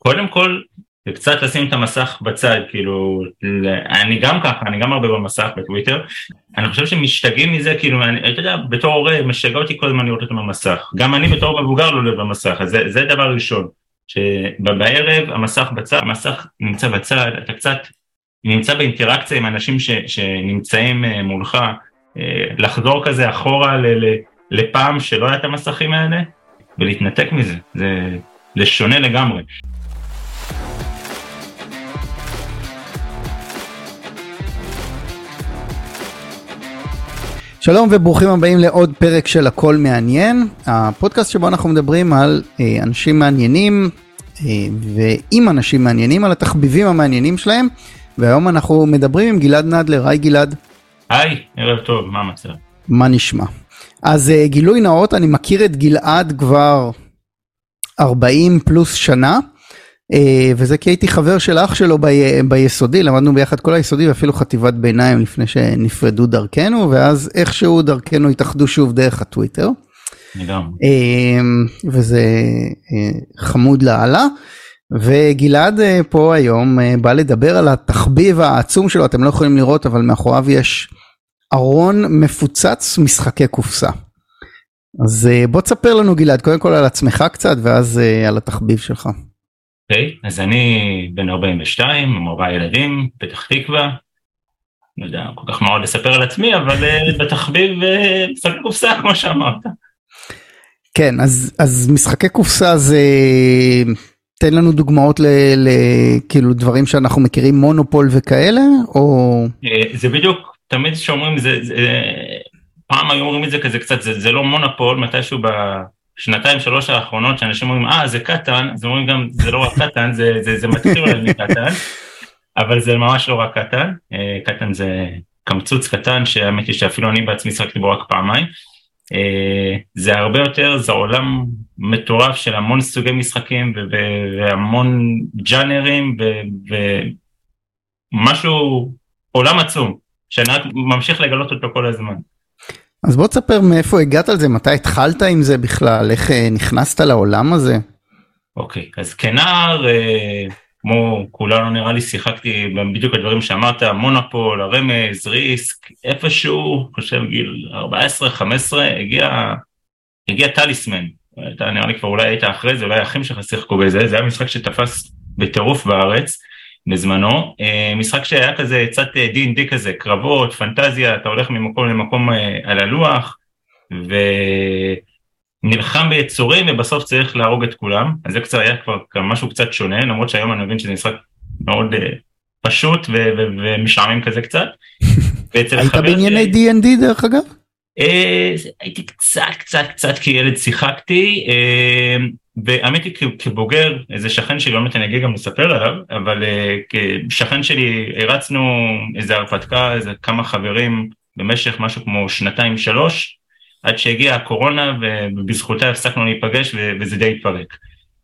קודם כל, זה קצת לשים את המסך בצד, כאילו, אני גם ככה, אני גם הרבה במסך בטוויטר, אני חושב שמשתגעים מזה, כאילו, אתה יודע, בתור הורה, משגע אותי כל הזמן לראות אותו במסך, גם אני בתור מבוגר לא להיות במסך, אז זה דבר ראשון, שבערב המסך בצד, המסך נמצא בצד, אתה קצת נמצא באינטראקציה עם אנשים שנמצאים מולך, לחזור כזה אחורה לפעם שלא היה את המסכים האלה, ולהתנתק מזה, זה שונה לגמרי. שלום וברוכים הבאים לעוד פרק של הכל מעניין, הפודקאסט שבו אנחנו מדברים על אנשים מעניינים ועם אנשים מעניינים, על התחביבים המעניינים שלהם, והיום אנחנו מדברים עם גלעד נדלר. היי גלעד. היי, ערב טוב, מה המצב? מה נשמע? אז גילוי נאות, אני מכיר את גלעד כבר 40 פלוס שנה, וזה כי הייתי חבר של אח שלו ביסודי, למדנו ביחד כל היסודי ואפילו חטיבת ביניים לפני שנפרדו דרכנו, ואז איכשהו דרכנו התאחדו שוב דרך הטוויטר. וזה חמוד לעלה, וגלעד פה היום בא לדבר על התחביב העצום שלו, אתם לא יכולים לראות אבל מאחוריו יש ארון מפוצץ משחקי קופסה. אז בוא תספר לנו גלעד, קודם כל על עצמך קצת ואז על התחביב שלך. אוקיי, אז אני בן 42, 4 ילדים, פתח תקווה, לא יודע כל כך מאוד לספר על עצמי, אבל בתחביב משחקי קופסה כמו שאמרת. כן, אז משחקי קופסה זה, תן לנו דוגמאות כאילו דברים שאנחנו מכירים, מונופול וכאלה, או? זה בדיוק, תמיד שאומרים, פעם היו אומרים את זה כזה קצת, זה לא מונופול, מתישהו בשנתיים, 3 האחרונות, שאנשים אומרים, זה קטן, אז אומרים גם, זה לא רק קטן, זה מתחיל אולי מקטן, אבל זה ממש לא רק קטן, קטן זה קמצוץ קטן, שהאמת היא שאפילו אני בעצמי שחקתי בו רק פעמיים, זה הרבה יותר, זה עולם מטורף של המון סוגי משחקים, והמון ג'אנרים, ומשהו, עולם עצום, שאני ממשיך לגלות אותו כל הזמן. אז בוא תספר מאיפה הגעת על זה, מתי התחלת עם זה בכלל, איך נכנסת לעולם הזה? אוקיי, אז כנער, כמו כולנו נראה לי, שיחקתי בדיוק הדברים שאמרת, מונופול, הרמז, ריסק, איפשהו, חושב גיל 14-15, הגיע טליסמן, אתה נראה לי כבר אולי היית אחרי זה, אולי האחים שלך שיחקו בזה, זה היה משחק שתפס בטירוף בארץ, בזמנו, משחק שהיה כזה, קצת D&D כזה, קרבות, פנטזיה, אתה הולך ממקום למקום על הלוח, ונלחם ביצורים, ובסוף צריך להרוג את כולם, אז זה קצת היה כבר משהו קצת שונה, למרות שהיום אני מבין שזה משחק מאוד פשוט, ומשעמם כזה קצת. היית בענייני D&D דרך אגב? הייתי קצת כילד שיחקתי, והאמת היא כבוגר, איזה שכן שלי, לא באמת אני אגיד גם לספר עליו, אבל כשכן שלי הרצנו איזה הרפתקה, איזה כמה חברים במשך משהו כמו 2-3, עד שהגיעה הקורונה ובזכותה הפסקנו להיפגש וזה די התפרק.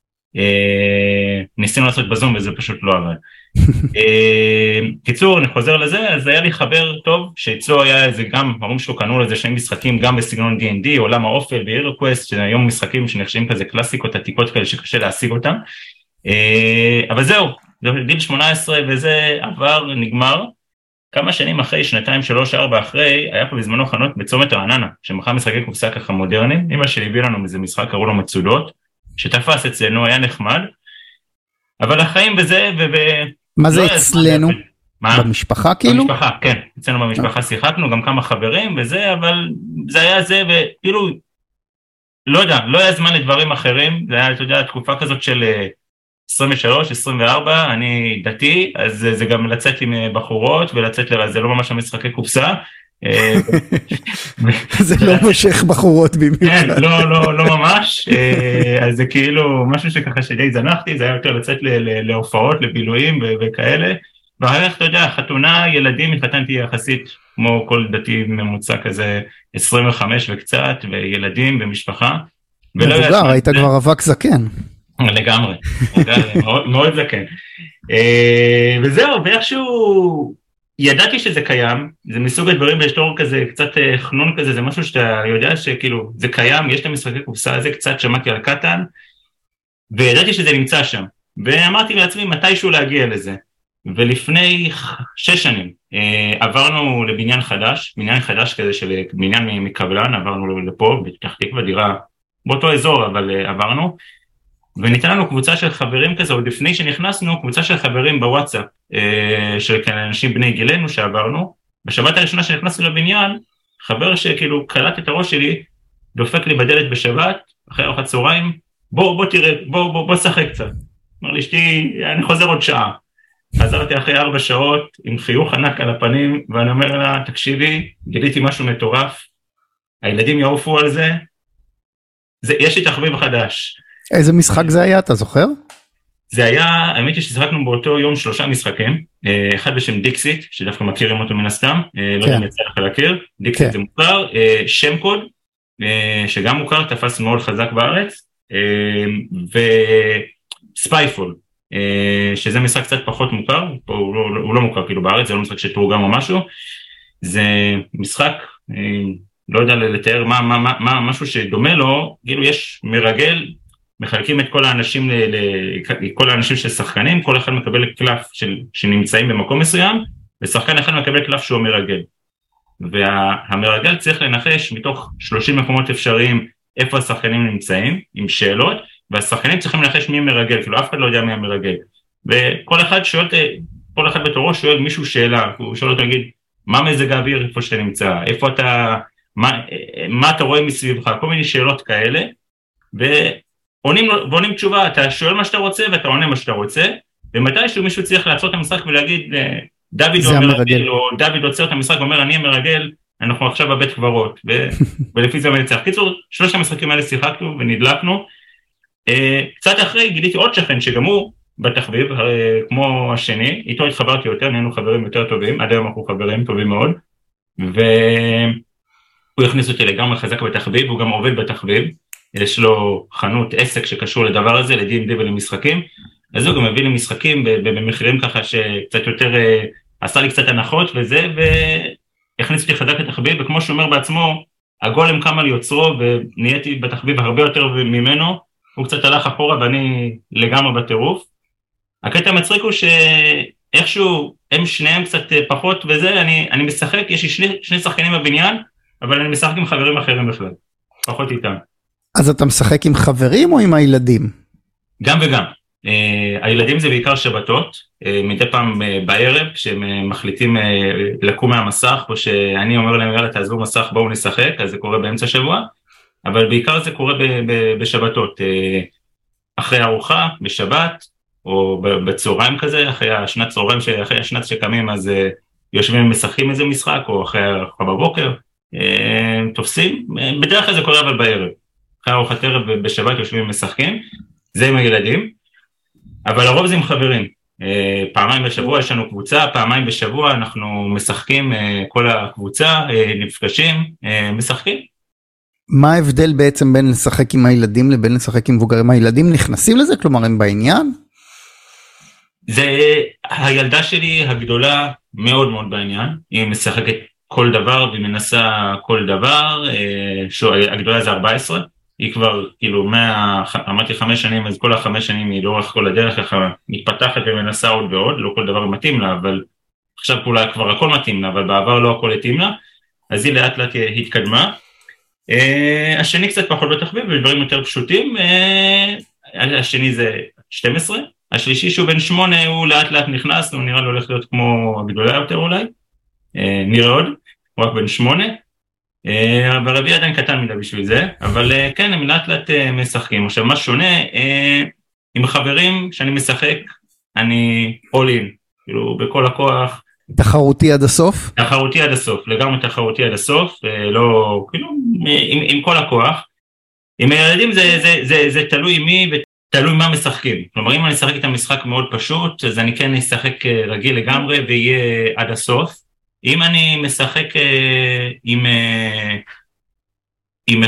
ניסינו לעשות בזום וזה פשוט לא עבד. קיצור, אני חוזר לזה, אז היה לי חבר טוב, שאצלו היה איזה גם, הרום שלו קנו לזה שני משחקים, גם בסגנון D&D, עולם האופל ו-Hero Quest, שהיום משחקים שנחשבים כזה קלאסיקות עתיקות כאלה שקשה להשיג אותם, אבל זהו, גיל 18 וזה עבר, נגמר, כמה שנים אחרי, 2, 3, 4 אחרי, היה פה בזמנו חנות בצומת רעננה, שמכר משחקי קופסה ככה מודרניים, אמא שלי הביא לנו איזה משחק, קראו לו מצודות, שתפס אצלנו, היה נחמד, אבל החיים בזה מה זה אצלנו? במשפחה כאילו? במשפחה, כן. אצלנו במשפחה שיחקנו, גם כמה חברים וזה, אבל זה היה זה, וכאילו, לא יודע, לא היה זמן לדברים אחרים, זה היה, אתה יודע, תקופה כזאת של 23, 24, אני דתי, אז זה גם לצאת עם בחורות, ולצאת, זה לא ממש המשחקי קופסה. זה לא משך בחורות במיוחד. לא ממש, אז זה כאילו משהו שככה שדי זנחתי, זה היה יותר לצאת להופעות, לבילויים וכאלה, והלך, אתה יודע, חתונה, ילדים, התחתנתי יחסית כמו כל דתי ממוצע כזה, 25 וקצת, וילדים ומשפחה. מבוגר, היית כבר אבק זקן. לגמרי, מאוד זקן. וזהו, ואיכשהו ידעתי שזה קיים, זה מסוג הדברים בשתור כזה, קצת חנון כזה, זה משהו שאתה יודע שכאילו זה קיים, יש את המשחקי קופסה הזה, קצת שמעתי על קטן, וידעתי שזה נמצא שם, ואמרתי לעצמי מתישהו להגיע לזה. ולפני 6 שנים עברנו לבניין חדש כזה של בניין מקבלן, עברנו לפה, בפתח תקווה, דירה באותו אזור, אבל עברנו, וניתן לנו קבוצה של חברים כזה, עוד לפני שנכנסנו, קבוצה של חברים בוואטסאפ, של אנשים בני גילנו שעברנו. בשבת הראשונה שנכנסנו לבניין, חבר שכאילו קלט את הראש שלי, דופק לי בדלת בשבת, אחרי ארוחת צהריים, בוא תראה, בוא שחק קצת. אמר לי, אשתי, אני חוזר עוד שעה. חזרתי אחרי 4 שעות, עם חיוך ענק על הפנים, ואני אומר לה, תקשיבי, גיליתי משהו מטורף, הילדים יעופו על זה, יש לי תחביב חדש. איזה משחק זה היה, אתה זוכר? זה היה, האמת היא ששחקנו באותו יום 3 משחקים, אחד בשם דיקסיט, שדווקא מכירים אותו מן הסתם, לא יודע אם יצא לך להכיר, דיקסיט זה מוכר, שם קוד, שגם מוכר, תפס מאוד חזק בארץ, וספייפול, שזה משחק קצת פחות מוכר, הוא לא מוכר כאילו בארץ, זה לא משחק שתורגם או משהו, זה משחק, לא יודע לתאר משהו שדומה לו, כאילו יש מרגל, מחלקים את כל האנשים, כל האנשים ששחקנים, כל אחד מקבל קלף שנמצאים במקום מסוים, ושחקן אחד מקבל קלף שהוא מרגל. והמרגל צריך לנחש מתוך 30 מקומות אפשריים איפה השחקנים נמצאים, עם שאלות, והשחקנים צריכים לנחש מי מרגל, כאילו אף אחד לא יודע מי המרגל. וכל אחד שואל, כל אחד בתורו שואל מישהו שאלה, הוא שואל אותו להגיד, מה מזג האוויר איפה שאתה נמצא, איפה אתה, מה אתה רואה מסביבך, כל מיני שאלות כאלה, ועונים תשובה, אתה שואל מה שאתה רוצה ואתה עונה מה שאתה רוצה, ומתישהו מישהו צריך לעצור את המשחק ולהגיד, דוד הוא המרגל, או דוד עוצר את המשחק ואומר, אני המרגל, אנחנו עכשיו בבית קברות, ולפי זה מנצח. קיצור, 3 המשחקים האלה שיחקנו ונדלקנו, קצת אחרי גיליתי עוד שכן שגם הוא בתחביב, כמו השני, איתו התחברתי יותר, נהיינו חברים יותר טובים, עד היום אנחנו חברים טובים מאוד, והוא הכניס אותי לגמרי חזק בתחביב, הוא גם עובד בתחביב, יש לו חנות, עסק שקשור לדבר הזה, ל-D&D ולמשחקים, אז הוא גם מביא לי משחקים במחירים ככה שקצת יותר, עשה לי קצת הנחות וזה, והכניס אותי חזק לתחביב, וכמו שהוא אומר בעצמו, הגולם קם על יוצרו, ונהייתי בתחביב הרבה יותר ממנו, הוא קצת הלך אחורה ואני לגמרי בטירוף. הקטע המצחיק הוא שאיכשהו הם שניהם קצת פחות וזה, אני משחק, יש לי שני שחקנים בבניין, אבל אני משחק עם חברים אחרים בכלל, פחות איתם. אז אתה משחק עם חברים או עם הילדים? גם וגם. הילדים זה בעיקר שבתות, מדי פעם בערב, כשהם מחליטים לקום מהמסך, או שאני אומר להם, יאללה, תעזבו מסך, בואו נשחק, אז זה קורה באמצע שבוע, אבל בעיקר זה קורה בשבתות, אחרי ארוחה, בשבת, או בצהריים כזה, אחרי השנת צהריים, אחרי השנת שקמים, אז יושבים ומשחקים איזה משחק, או אחרי בבוקר, תופסים, בדרך כלל זה קורה אבל בערב, אחרי ארוחת ערב בשבת יושבים ומשחקים, זה עם הילדים, אבל הרוב זה עם חברים, פעמיים בשבוע יש לנו קבוצה, פעמיים בשבוע אנחנו משחקים, כל הקבוצה, נפגשים, משחקים. מה ההבדל בעצם בין לשחק עם הילדים לבין לשחק עם מבוגרים? הילדים נכנסים לזה? כלומר הם בעניין? הילדה שלי הגדולה מאוד מאוד בעניין, היא משחקת כל דבר והיא מנסה כל דבר, הגדולה זה 14, היא כבר כאילו אמרתי 5 שנים, אז כל 5 שנים היא לאורך כל הדרך ככה מתפתחת ומנסה עוד ועוד, לא כל דבר מתאים לה, אבל עכשיו אולי כבר הכל מתאים לה, אבל בעבר לא הכל התאים לה, אז היא לאט לאט התקדמה. השני קצת פחות בתחביב, ודברים יותר פשוטים, השני זה 12, השלישי שהוא בן 8, הוא לאט לאט נכנס, הוא נראה לו הולך להיות כמו הגדולה יותר אולי, נראה עוד, הוא רק בן 8, והרביעי עדיין קטן מדי בשביל זה, אבל כן, הם לאט לאט משחקים. עכשיו מה שונה, עם חברים שאני משחק, אני all in, כאילו בכל הכוח. תחרותי עד הסוף? תחרותי עד הסוף, לגמרי תחרותי עד הסוף, לא, כאילו, עם כל הכוח. עם הילדים זה תלוי מי ותלוי מה משחקים. כלומר, אם אני אשחק את המשחק מאוד פשוט, אז אני כן אשחק רגיל לגמרי ויהיה עד הסוף. אם אני משחק עם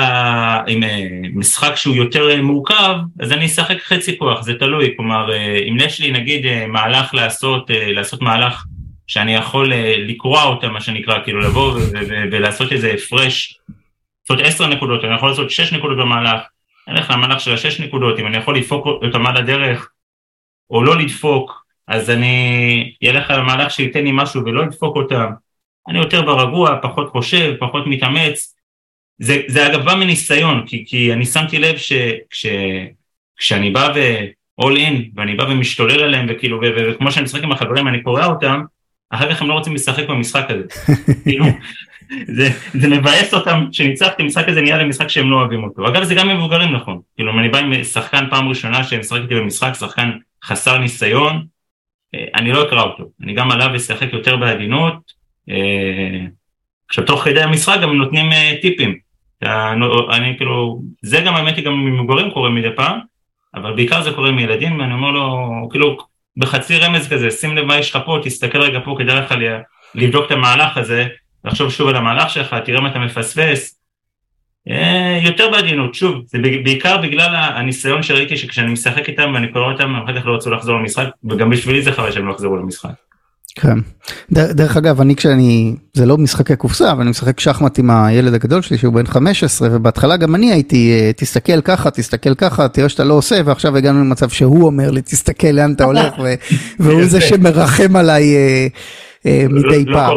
משחק שהוא יותר מורכב, אז אני אשחק חצי כוח, זה תלוי. כלומר, אם יש לי נגיד מהלך לעשות מהלך שאני יכול לקרוא אותה, מה שנקרא, כאילו לבוא ולעשות איזה הפרש, לעשות 10 נקודות, אני יכול לעשות 6 נקודות במהלך, אני הולך למהלך של 6 נקודות, אם אני יכול לפוק אותם עד הדרך, או לא לדפוק, אז אני אלך על המהלך שייתן לי משהו ולא לדפוק אותם, אני יותר ברגוע, פחות חושב, פחות מתאמץ, זה אגב בא מניסיון, כי אני שמתי לב כשאני בא all in, ואני בא ומשתולל עליהם, וכאילו, וכמו שאני משחק עם החברים, אני קורא אותם, אחר כך הם לא רוצים לשחק במשחק הזה. כאילו, זה מבאס אותם, שניצחתי, משחק הזה נהיה למשחק שהם לא אוהבים אותו. אגב, זה גם מבוגרים נכון. כאילו, אני בא עם שחקן פעם ראשונה שמשחק איתי במשחק, שחקן חסר ניסיון, אני לא אקרא אותו. אני גם עליו אשחק יותר בעדינות, עכשיו, תוך כדי המשחק גם נותנים טיפים. אני כאילו, זה גם האמת היא גם ממבוגרים קורה מדי פעם, אבל בעיקר זה קורה מילדים, ואני אומר לו, כאילו, בחצי רמז כזה, שים לב מה יש לך פה, תסתכל רגע פה כדי לך לבדוק את המהלך הזה, לחשוב שוב על המהלך שלך, תראה מה אתה מפספס, יותר בעדינות, שוב, זה בעיקר בגלל הניסיון שראיתי שכשאני משחק איתם ואני קורא אותם, אחר כך לא רצו לחזור למשחק, וגם בשבילי זה חווה שהם לא יחזרו למשחק. כן. דרך אגב, זה לא משחקי קופסה, אבל אני משחק שחמט עם הילד הגדול שלי שהוא בן 15, ובהתחלה גם אני הייתי, תסתכל ככה, תראה שאתה לא עושה, ועכשיו הגענו למצב שהוא אומר לי, תסתכל לאן אתה הולך, והוא זה שמרחם עליי מדי פעם.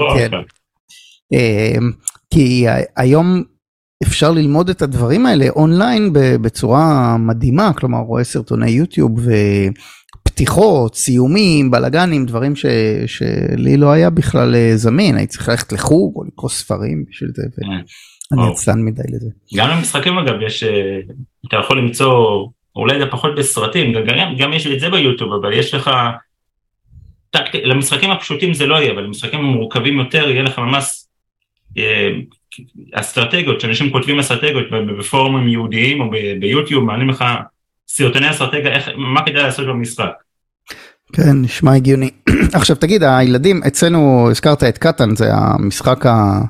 כי היום אפשר ללמוד את הדברים האלה אונליין בצורה מדהימה, כלומר רואה סרטוני יוטיוב פתיחות, סיומים, בלגנים, דברים שלי לא היה בכלל זמין, הייתי צריך ללכת לחוג או לקרוא ספרים בשביל זה, ואני עצלן מדי לזה. גם למשחקים אגב, אתה יכול למצוא, אולי זה פחות בסרטים, גם יש את זה ביוטיוב, אבל יש לך, למשחקים הפשוטים זה לא יהיה, אבל למשחקים המורכבים יותר, יהיה לך ממש אסטרטגיות, שאנשים כותבים אסטרטגיות בפורומים יהודיים או ביוטיוב, מעלים לך סרטוני אסטרטגיה, מה כדאי לעשות במשחק? כן, נשמע הגיוני. עכשיו תגיד, הילדים, אצלנו, הזכרת את קטן, זה המשחק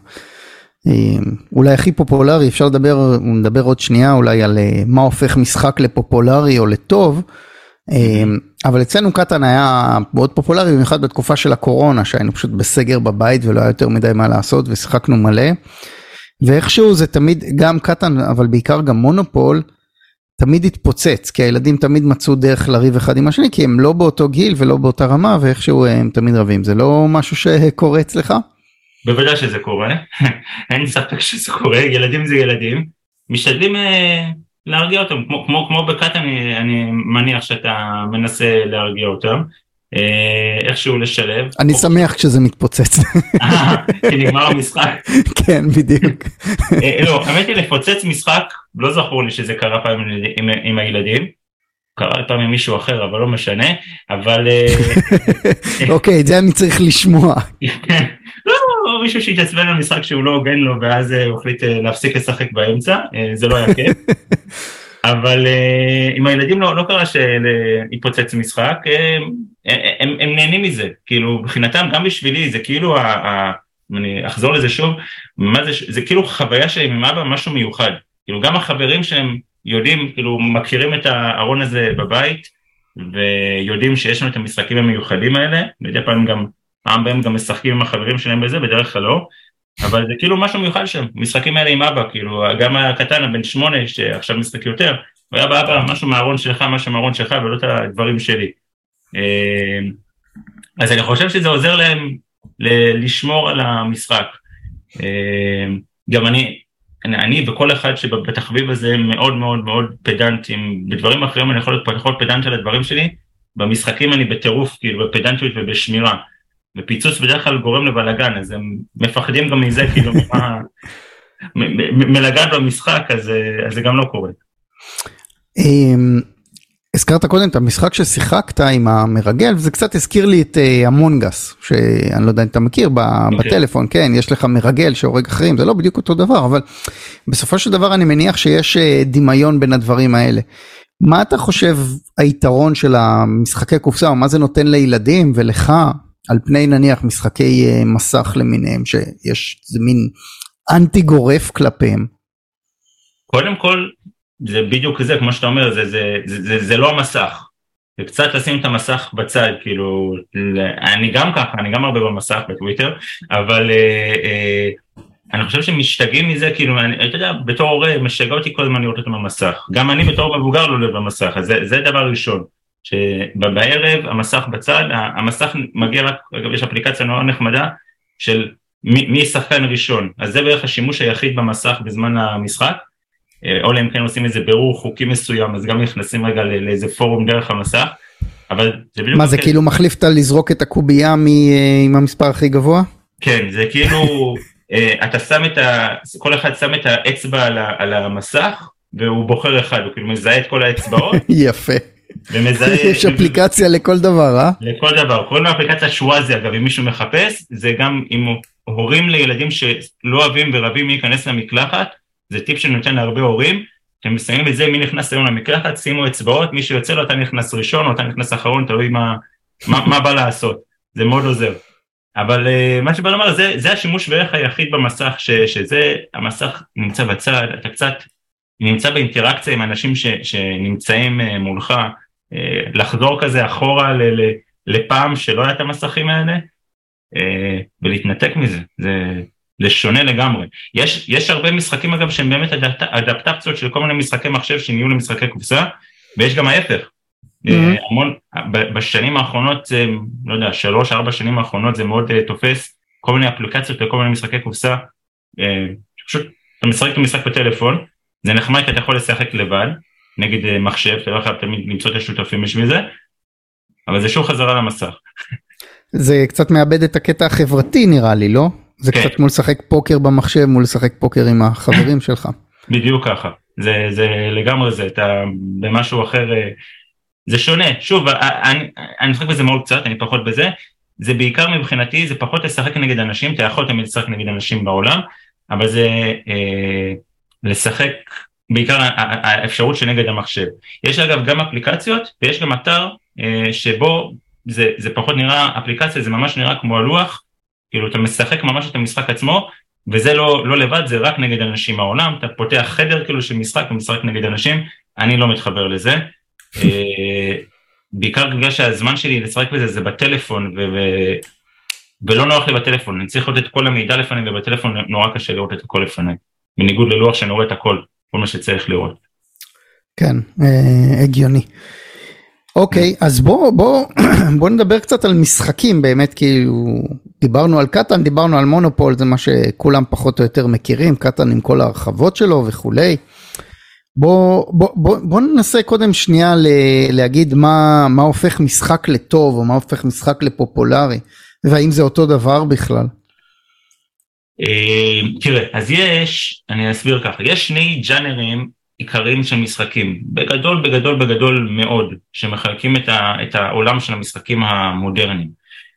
אולי הכי פופולרי, אפשר לדבר עוד שנייה אולי על מה הופך משחק לפופולרי או לטוב, אבל אצלנו קטן היה מאוד פופולרי, במיוחד בתקופה של הקורונה, שהיינו פשוט בסגר בבית ולא היה יותר מדי מה לעשות, ושיחקנו מלא, ואיכשהו זה תמיד, גם קטן, אבל בעיקר גם מונופול, תמיד התפוצץ, כי הילדים תמיד מצאו דרך לריב אחד עם השני, כי הם לא באותו גיל ולא באותה רמה, ואיכשהו הם תמיד רבים. זה לא משהו שקורה אצלך? בוודאי שזה קורה, אין ספק שזה קורה, ילדים זה ילדים, משתדלים להרגיע אותם, כמו בקט אני מניח שאתה מנסה להרגיע אותם, איכשהו לשלב. אני שמח כשזה מתפוצץ. כי נגמר המשחק. כן, בדיוק. לא, האמת היא לפוצץ משחק, לא זכור לי שזה קרה פעם עם הילדים, קרה פעם עם מישהו אחר, אבל לא משנה, אבל... אוקיי, את זה אני צריך לשמוע. לא, מישהו שהתעצבן למשחק שהוא לא הוגן לו, ואז הוא החליט להפסיק לשחק באמצע, זה לא היה כיף. אבל עם הילדים לא קרה שיפוצץ משחק, הם נהנים מזה, כאילו, מבחינתם, גם בשבילי, זה כאילו, אני אחזור לזה שוב, זה כאילו חוויה שלי עם אבא, משהו מיוחד, כאילו, גם החברים שהם יודעים, כאילו, מכירים את הארון הזה בבית, ויודעים שיש לנו את המשחקים המיוחדים האלה, מדי פעם בהם גם משחקים עם החברים שלהם בזה, בדרך כלל לא, אבל זה כאילו משהו מיוחד שם, משחקים האלה עם אבא, כאילו, גם הקטן, הבן 8, שעכשיו משחק יותר, הוא היה באבא, משהו מהארון שלך, משהו מהארון שלך, ולא את הדברים שלי. אז אני חושב שזה עוזר להם לשמור על המשחק. גם אני וכל אחד שבתחביב הזה מאוד מאוד מאוד פדנטים, בדברים אחרים אני יכול להיות פחות פדנט על הדברים שלי, במשחקים אני בטירוף, כאילו, בפדנטיות ובשמירה. ופיצוץ בדרך כלל גורם לבלגן, אז הם מפחדים גם מזה, כאילו, מלגן במשחק, אז זה גם לא קורה. הזכרת קודם את המשחק ששיחקת עם המרגל, וזה קצת הזכיר לי את המונגס, שאני לא יודע אם אתה מכיר בטלפון, כן, יש לך מרגל שהורג אחרים, זה לא בדיוק אותו דבר, אבל בסופו של דבר אני מניח שיש דמיון בין הדברים האלה. מה אתה חושב היתרון של המשחקי קופסה, או מה זה נותן לילדים ולך, על פני נניח משחקי מסך למיניהם, שיש זה מין אנטי גורף כלפיהם? קודם כל, זה בדיוק זה, כמו שאתה אומר, זה לא המסך. זה קצת לשים את המסך בצד, כאילו, אני גם ככה, אני גם הרבה במסך בטוויטר, אבל אני חושב שמשתגעים מזה, כאילו, אני יודע, בתור הורה, משגע אותי כל הזמן לראות את המסך. גם אני בתור מבוגר לא לב במסך, אז זה דבר ראשון. שבערב המסך בצד, המסך מגיע רק, אגב יש אפליקציה נורא נחמדה של מי שחקן ראשון, אז זה בערך השימוש היחיד במסך בזמן המשחק, או להם כן עושים איזה בירור חוקי מסוים, אז גם נכנסים רגע לאיזה פורום דרך המסך, אבל זה בדיוק... מה זה כאילו מחליף את לזרוק את הקובייה עם המספר הכי גבוה? כן, זה כאילו, אתה שם כל אחד שם את האצבע על המסך, והוא בוחר אחד, הוא כאילו מזהה את כל האצבעות. יפה. ומזהה... יש אפליקציה לכל דבר, אה? לכל דבר, כל האפליקציה שווازי, אגב, אם מישהו מחפש, זה גם עם הורים לילדים שלא אוהבים ורבים להיכנס למקלחת, זה טיפ שנותן להרבה הורים, אתם מסיימים את זה, מי נכנס היום למקלחת, שימו אצבעות, מי שיוצא לו, אתה נכנס ראשון, או אתה נכנס אחרון, תלוי מה בא לעשות, זה מאוד עוזר. אבל מה שבא לומר, זה השימוש בערך היחיד במסך, שזה, המסך נמצא בצד, אתה קצת נמצא באינטראקציה עם אנשים שנמצאים מולך, לחזור כזה אחורה לפעם שלא היה את המסכים האלה, ולהתנתק מזה, זה שונה לגמרי. יש הרבה משחקים אגב שהם באמת אדפטציות של כל מיני משחקי מחשב שנהיו למשחקי קופסה, ויש גם ההפך. המון, בשנים האחרונות, לא יודע, 3-4 שנים האחרונות זה מאוד תופס, כל מיני אפליקציות לכל מיני משחקי קופסה, פשוט אתה משחק את המשחק בטלפון, זה נחמד כי אתה יכול לשחק לבד, נגד מחשב, אתה לא חייב תמיד למצוא את השותפים בשביל זה, אבל זה שוב חזרה למסך. זה קצת מאבד את הקטע החברתי נראה לי, לא? זה כן. קצת מול לשחק פוקר במחשב, מול לשחק פוקר עם החברים שלך. בדיוק ככה, זה לגמרי זה, אתה במשהו אחר, זה שונה, שוב, אני משחק בזה מאוד קצת, אני פחות בזה, זה בעיקר מבחינתי, זה פחות לשחק נגד אנשים, אתה יכול תמיד לשחק נגד אנשים בעולם, אבל זה לשחק, בעיקר האפשרות שנגד המחשב. יש אגב גם אפליקציות, ויש גם אתר שבו זה פחות נראה אפליקציה, זה ממש נראה כמו הלוח, כאילו אתה משחק ממש את המשחק עצמו, וזה לא לבד, זה רק נגד אנשים מהעולם, אתה פותח חדר כאילו של משחק, ומשחק נגד אנשים, אני לא מתחבר לזה, בעיקר בגלל שהזמן שלי לשחק בזה זה בטלפון, ולא נוח לי בטלפון, אני צריך לראות את כל המידע לפני, ובטלפון נורא קשה לראות את הכל לפני, בניגוד ללוח שאני רואה את הכל, כל מה שצריך לראות. כן, הגיוני. אוקיי, אז בוא נדבר קצת על משחקים, באמת כאילו, דיברנו על קטן, דיברנו על מונופול, זה מה שכולם פחות או יותר מכירים, קטן עם כל הרחבות שלו וכולי. בוא ננסה קודם שנייה להגיד מה הופך משחק לטוב, או מה הופך משחק לפופולרי, והאם זה אותו דבר בכלל. תראה, אז אני אסביר ככה, יש שני ג'אנרים עיקריים של משחקים, בגדול מאוד, שמחלקים את העולם של המשחקים המודרניים.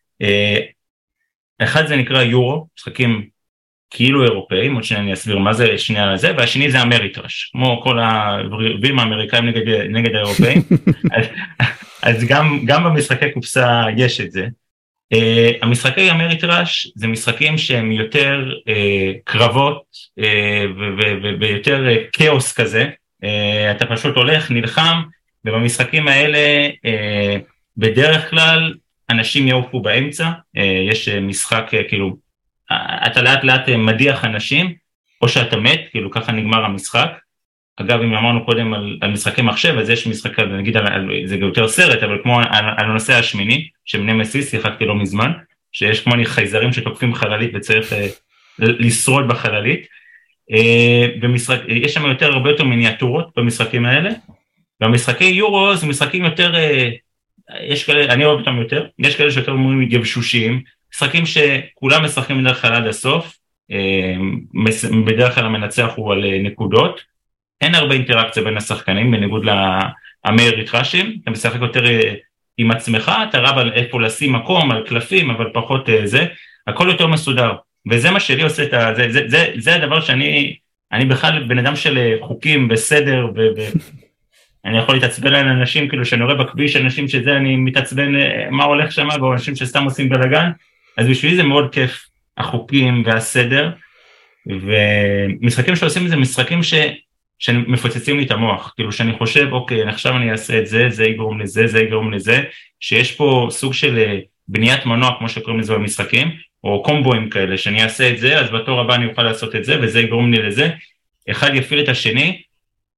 אחד זה נקרא יורו, משחקים כאילו אירופאים, עוד שנייה אני אסביר מה זה שנייה לזה, והשני זה אמריטרש, כמו כל הריבים האמריקאים נגד האירופאים, אז גם במשחקי קופסה יש את זה. המשחקי אמריטרש זה משחקים שהם יותר קרבות ויותר כאוס כזה, אתה פשוט הולך, נלחם, ובמשחקים האלה בדרך כלל אנשים יעופו באמצע, יש משחק כאילו, אתה לאט לאט מדיח אנשים, או שאתה מת, כאילו ככה נגמר המשחק. אגב, אם אמרנו קודם על משחקי מחשב, אז יש משחק, נגיד, זה יותר סרט, אבל כמו על הנושא השמיני, שנמסיס, שיחקתי לא מזמן, שיש כמו חייזרים שתוקפים חללית וצריך לשרוד בחללית, יש שם הרבה יותר מיניאטורות במשחקים האלה, והמשחקי יורו זה משחקים יותר, יש כאלה, אני אוהב אותם יותר, יש כאלה שיותר יבשושיים, משחקים שכולם משחקים בדרך כלל עד הסוף, בדרך כלל המנצח הוא על נקודות, אין הרבה אינטראקציה בין השחקנים, בניגוד לאמריטרשים, אתה משחק יותר עם עצמך, אתה רב על איפה לשים מקום, על קלפים, אבל פחות זה, הכל יותר מסודר, וזה מה שלי עושה, זה הדבר שאני בכלל בן אדם של חוקים בסדר, אני יכול להתעצבן על אנשים, כאילו שאני רואה בכביש אנשים שזה, אני מתעצבן מה הולך שם, או אנשים שסתם עושים בלגן, אז בשבילי זה מאוד כיף, החוקים והסדר, ומשחקים שעושים את זה, משחקים שמפוצצים לי את המוח, כאילו שאני חושב, אוקיי, עכשיו אני אעשה את זה, זה יגרום לזה, זה יגרום לזה, שיש פה סוג של בניית מנוע, כמו שקוראים לזה במשחקים, או קומבואים כאלה, שאני אעשה את זה, אז בתור הבא אני אוכל לעשות את זה, וזה יגרום לי לזה, אחד יפיל את השני,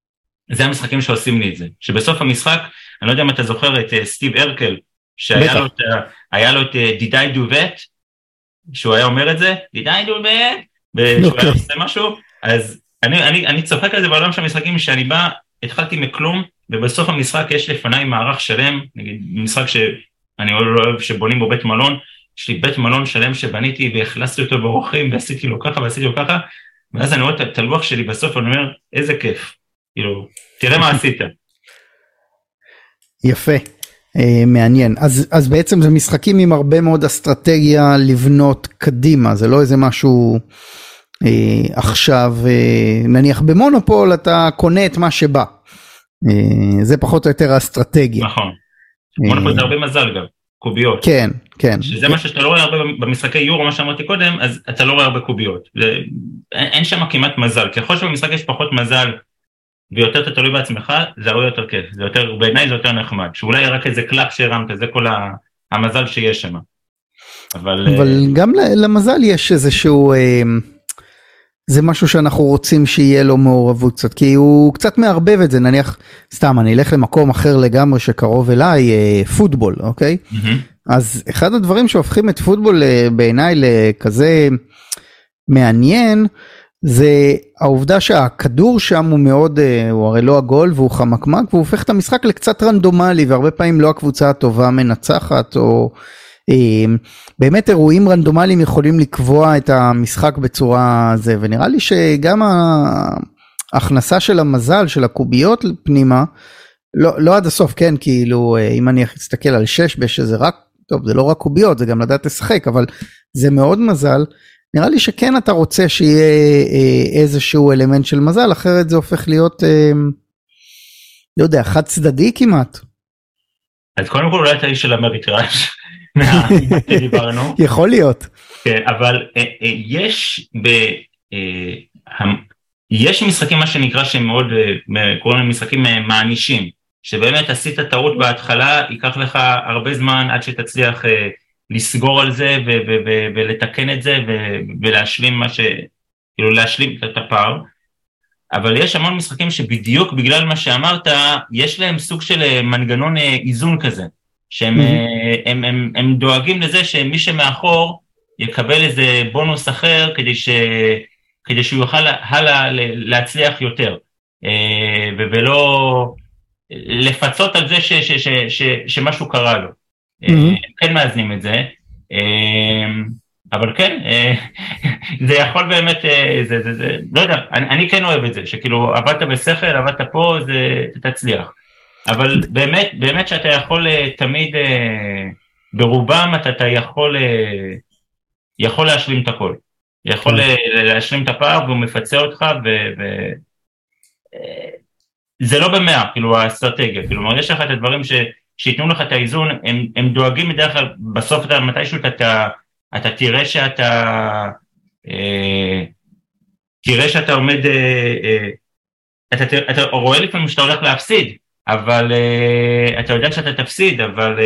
זה המשחקים שעושים לי את זה, שבסוף המשחק, אני לא יודע אם אתה זוכר את סטיב ארקל, שהיה לו את Did I do that, שהוא היה אומר את זה, Did I do that, ושהוא היה עושה משהו, אז אני צוחק על זה בעולם של המשחקים, שאני בא, התחלתי מכלום, ובסוף המשחק יש לפניי מערך שלם, נגיד משחק שאני לא אוהב שבונים בו בית מלון, יש לי בית מלון שלם שבניתי והכלסתי אותו באורחים, ועשיתי לו ככה ועשיתי לו ככה, ואז אני רואה את הלוח שלי בסוף, ואני אומר, איזה כיף, כאילו, תראה מה עשית. יפה, מעניין. אז בעצם זה משחקים עם הרבה מאוד אסטרטגיה לבנות קדימה, זה לא איזה משהו עכשיו, נניח במונופול אתה קונה את מה שבא, זה פחות או יותר האסטרטגיה. נכון, מונופול זה הרבה מזל גם, קוביות. כן, כן. שזה מה שאתה לא רואה הרבה במשחקי יורו, מה שאמרתי קודם, אז אתה לא רואה הרבה קוביות. אין שם כמעט מזל, ככל שבמשחק יש פחות מזל, ויותר אתה תלוי בעצמך, זה הרבה יותר כיף, זה יותר, בעיניי זה יותר נחמד, שאולי רק איזה קלאפ שהרמת, זה כל המזל שיש שם. אבל גם למזל יש איזשהו, זה משהו שאנחנו רוצים שיהיה לו מעורבות קצת, כי הוא קצת מערבב את זה, נניח, סתם, אני אלך למקום אחר לגמרי שקרוב אליי, פוטבול, אוקיי? אז אחד הדברים שהופכים את פוטבול בעיניי לכזה מעניין, זה העובדה שהכדור שם הוא מאוד, הוא הרי לא עגול והוא חמקמק, והוא הופך את המשחק לקצת רנדומלי, והרבה פעמים לא הקבוצה הטובה מנצחת, או באמת אירועים רנדומליים יכולים לקבוע את המשחק בצורה זה, ונראה לי שגם ההכנסה של המזל, של הקוביות פנימה, לא עד הסוף, כן, כאילו, אם אני אסתכל על 6 שזה רק, טוב, זה לא רק קוביות, זה גם לדעת לשחק, אבל זה מאוד מזל, נראה לי שכן אתה רוצה שיהיה איזשהו אלמנט של מזל, אחרת זה הופך להיות, לא יודע, חד צדדי כמעט. אז קודם כל אולי אתה איש של המריטראז' דיברנו. יכול להיות. כן, אבל יש משחקים מה שנקרא שהם מאוד, קוראים להם משחקים מענישים, שבאמת עשית טעות בהתחלה, ייקח לך הרבה זמן עד שתצליח לסגור על זה ולתקן את זה ולהשלים מה כאילו להשלים את הפער, אבל יש המון משחקים שבדיוק בגלל מה שאמרת, יש להם סוג של מנגנון איזון כזה, שהם הם דואגים לזה שמי שמאחור יקבל איזה בונוס אחר כדי שהוא יוכל הלאה להצליח יותר, ולא לפצות על זה שמשהו קרה לו. כן מאזנים את זה, אבל כן, זה יכול באמת, לא יודע, אני כן אוהב את זה, שכאילו עבדת בשכל, עבדת פה, זה תצליח. אבל באמת שאתה יכול תמיד, ברובם אתה יכול להשלים את הכל. יכול להשלים את הפער והוא מפצה אותך, זה לא במאה, כאילו האסטרטגיה, כאילו יש לך את הדברים שיתנו לך את האיזון, הם דואגים בדרך כלל, בסוף מתישהו אתה תראה שאתה עומד, אתה רואה לפעמים שאתה הולך להפסיד, אבל אתה יודע שאתה תפסיד,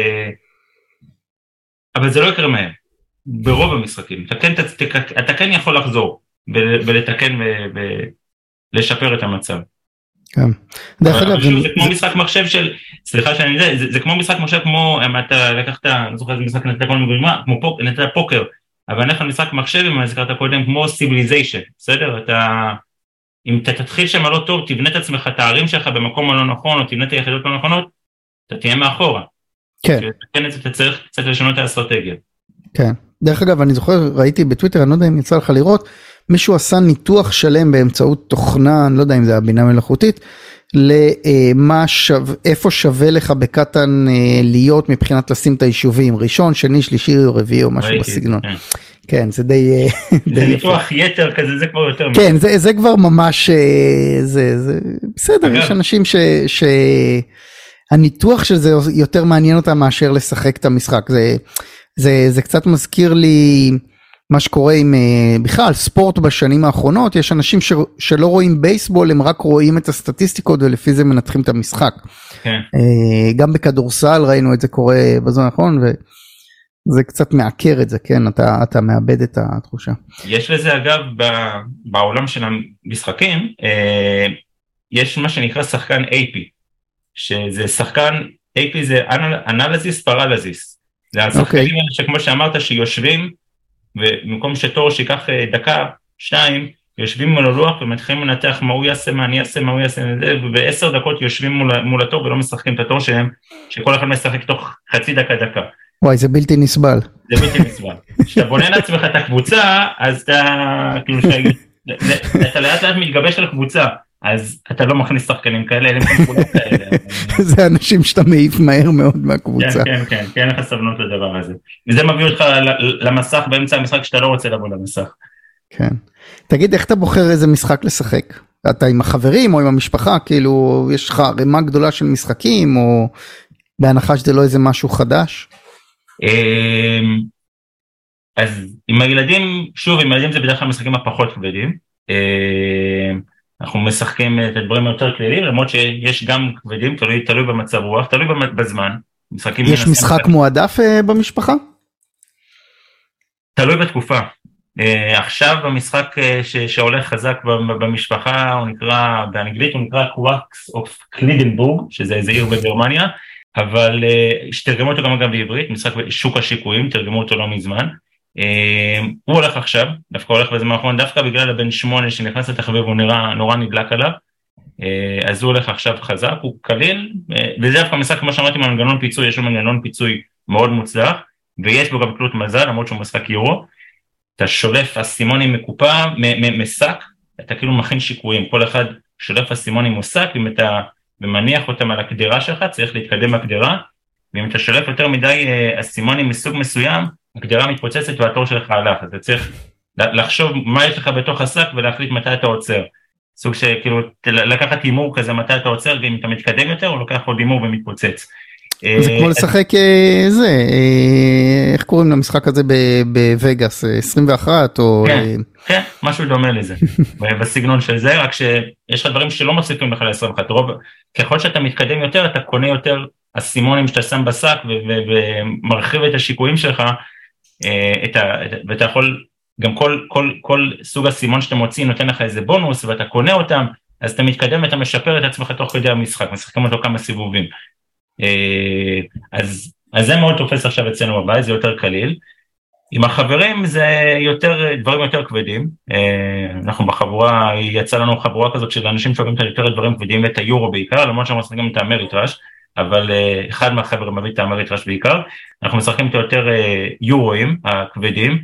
אבל זה לא יקרה מהר, ברוב המשחקים, אתה כן יכול לחזור, ולתקן ולשפר את המצב. דרך אגב, זה כמו משחק מחשב של, סליחה שאני זה כמו משחק מחשב כמו, אתה לקחת, אני זוכר איזה משחק נתת כל מגרימה, כמו נתת פוקר, אבל אני לך משחק מחשב, אם אני זכרת קודם, כמו סיביליזיישן, בסדר? אם אתה תתחיל שם לא טוב, תבנה את עצמך, תארים שלך במקום הלא נכון, או תבנה את היחידות לא נכונות, אתה תהיה מאחורה. כן. כן, אתה צריך קצת לשנות את האסטרטגיה. כן. דרך אגב, אני זוכר, ראיתי בטוויטר, אני לא יודע אם יצא לך לראות, מישהו עשה ניתוח שלם באמצעות תוכנה, אני לא יודע אם זה הבינה מלאכותית, איפה שווה לך בקטן להיות מבחינת לשים את היישובים, ראשון, שני, שלישי, רביעי או משהו בסגנון. כן, זה די... זה ניתוח יתר כזה, זה כבר יותר... כן, זה כבר ממש... בסדר, יש אנשים שהניתוח של זה יותר מעניין אותם מאשר לשחק את המשחק. זה קצת מזכיר לי... מה שקורה עם בכלל ספורט בשנים האחרונות, יש אנשים שלא רואים בייסבול, הם רק רואים את הסטטיסטיקות ולפי זה מנתחים את המשחק. כן. גם בכדורסל ראינו את זה קורה בזמן האחרון, וזה קצת מעקר את זה, כן, אתה מאבד את התחושה. יש לזה אגב בעולם של המשחקים, יש מה שנקרא שחקן AP, שזה שחקן, AP זה Analysis Paralysis, זה השחקנים שכמו שאמרת שיושבים, ובמקום שתור שיקח דקה, 2, יושבים מול הלוח ומתחילים לנתח מה הוא יעשה, מה אני אעשה, מה הוא יעשה, וב10 דקות יושבים מול התור ולא משחקים את התור שלהם, שכל אחד משחק תוך חצי דקה. וואי, זה בלתי נסבל. זה בלתי נסבל. כשאתה בונה לעצמך את הקבוצה, אז אתה, כאילו, אתה לאט לאט מתגבש על קבוצה, אז אתה לא מכניס שחקנים כאלה, אלה הם כולם כאלה. זה אנשים שאתה מעיף מהר מאוד מהקבוצה. כן, אין לך סבלנות לדבר הזה. וזה מביא אותך למסך באמצע המשחק, שאתה לא רוצה לבוא למסך. כן. תגיד, איך אתה בוחר איזה משחק לשחק? אתה עם החברים או עם המשפחה, כאילו, יש לך רמה גדולה של משחקים, או בהנחה שזה לא איזה משהו חדש? אז עם הילדים, שוב, עם הילדים זה בדרך כלל משחקים הפחות כבדים. אנחנו משחקים את הדברים היותר כלליים, למרות שיש גם כבדים, תלוי במצב רוח, תלוי בזמן. יש משחק מועדף במשפחה? תלוי בתקופה. עכשיו המשחק שהולך חזק במשפחה, הוא נקרא, באנגלית הוא נקרא קוואקס אוף קלידנבורג, שזה איזה עיר בגרמניה, אבל שתרגמו אותו גם בעברית, משחק שוק השיקויים, תרגמו אותו לא מזמן. הוא הולך עכשיו, דווקא הולך בזמן האחרון, דווקא בגלל הבן 8 שנכנס לתחביב, הוא נורא נדלק עליו, אז הוא הולך עכשיו חזק, הוא קליל, וזה דווקא משחק, כמו שאמרתי, מנגנון פיצוי, יש לו מנגנון פיצוי מאוד מוצלח, ויש בו גם תלות מזל, למרות שהוא משחק יורו, אתה שולף אסימונים מקופה, מסק, אתה כאילו מכין שיקויים, כל אחד שולף אסימונים מוסק, אם אתה ומניח אותם על הקדירה שלך, צריך להתקדם בקדירה, ואם אתה שולף יותר מדי אסימונים מסוג מסוים, הקדירה מתפוצצת והתור שלך הלך, אז אתה צריך לחשוב מה יש לך בתוך השק ולהחליט מתי אתה עוצר. סוג שכאילו לקחת אימור כזה מתי אתה עוצר, ואם אתה מתקדם יותר, הוא לוקח עוד אימור ומתפוצץ. זה כמו לשחק איך קוראים למשחק הזה בווגאס, 21 או... כן, משהו דומה לזה, בסגנון של זה, רק שיש לך דברים שלא מוסיפים לך ל-21, ככל שאתה מתקדם יותר, אתה קונה יותר הסימונים שאתה שם בשק, ומרחיב את השיקויים שלך, ואתה יכול, גם כל סוג הסימון שאתה מוציא נותן לך איזה בונוס, ואתה קונה אותם, אז אתה מתקדם ואתה משפר את עצמך תוך כדי המשחק, משחקים אותו כמה סיבובים. אז זה מאוד תופס עכשיו אצלנו בבית, זה יותר קליל. עם החברים זה דברים יותר כבדים, אנחנו בחבורה, יצא לנו חבורה כזאת של אנשים שאוהבים יותר דברים כבדים, את היורו בעיקר, למרות שאנחנו משחקים את האמריטרש, אבל אחד מהחברים מביא את האמריטרש בעיקר, אנחנו משחקים את יותר יורואים הכבדים,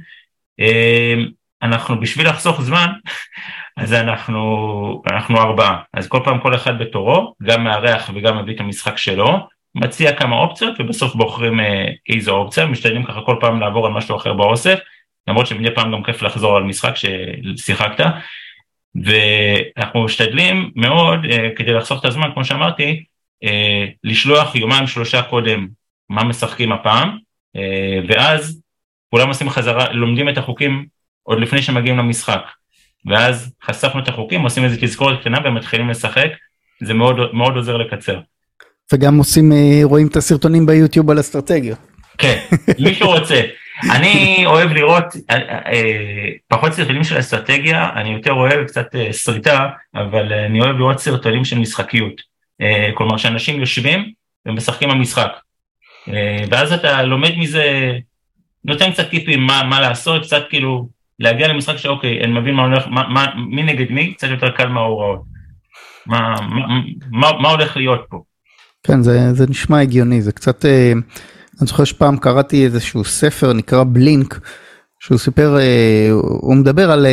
אנחנו בשביל לחסוך זמן, אז אנחנו 4, אז כל פעם כל אחד בתורו, גם מארח וגם מביא את המשחק שלו, מציע כמה אופציות ובסוף בוחרים איזו אופציה, משתדלים ככה כל פעם לעבור על משהו אחר באוסף, למרות שמדי פעם גם כיף לחזור על משחק ששיחקת, ואנחנו משתדלים מאוד כדי לחסוך את הזמן, כמו שאמרתי, לשלוח 2-3 קודם מה משחקים הפעם, ואז כולם עושים חזרה, לומדים את החוקים עוד לפני שמגיעים למשחק, ואז חשפנו את החוקים, עושים איזו תזכורת קטנה ומתחילים לשחק, זה מאוד, מאוד עוזר לקצר. וגם רואים את הסרטונים ביוטיוב על אסטרטגיה. כן, מישהו רוצה. אני אוהב לראות, פחות סרטונים של אסטרטגיה, אני יותר אוהב קצת סריטה, אבל אני אוהב לראות סרטונים של משחקיות. כלומר, שאנשים יושבים ומשחקים במשחק. ואז אתה לומד מזה, נותן קצת טיפים מה לעשות, קצת כאילו להגיע למשחק שאוקיי, אני מבין מה הולך, מי נגד מי, קצת יותר קל מההוראות. מה הולך להיות פה? כן, זה נשמע הגיוני, זה קצת, אני זוכר שפעם קראתי איזשהו ספר, נקרא בלינק, שהוא סיפר, הוא מדבר על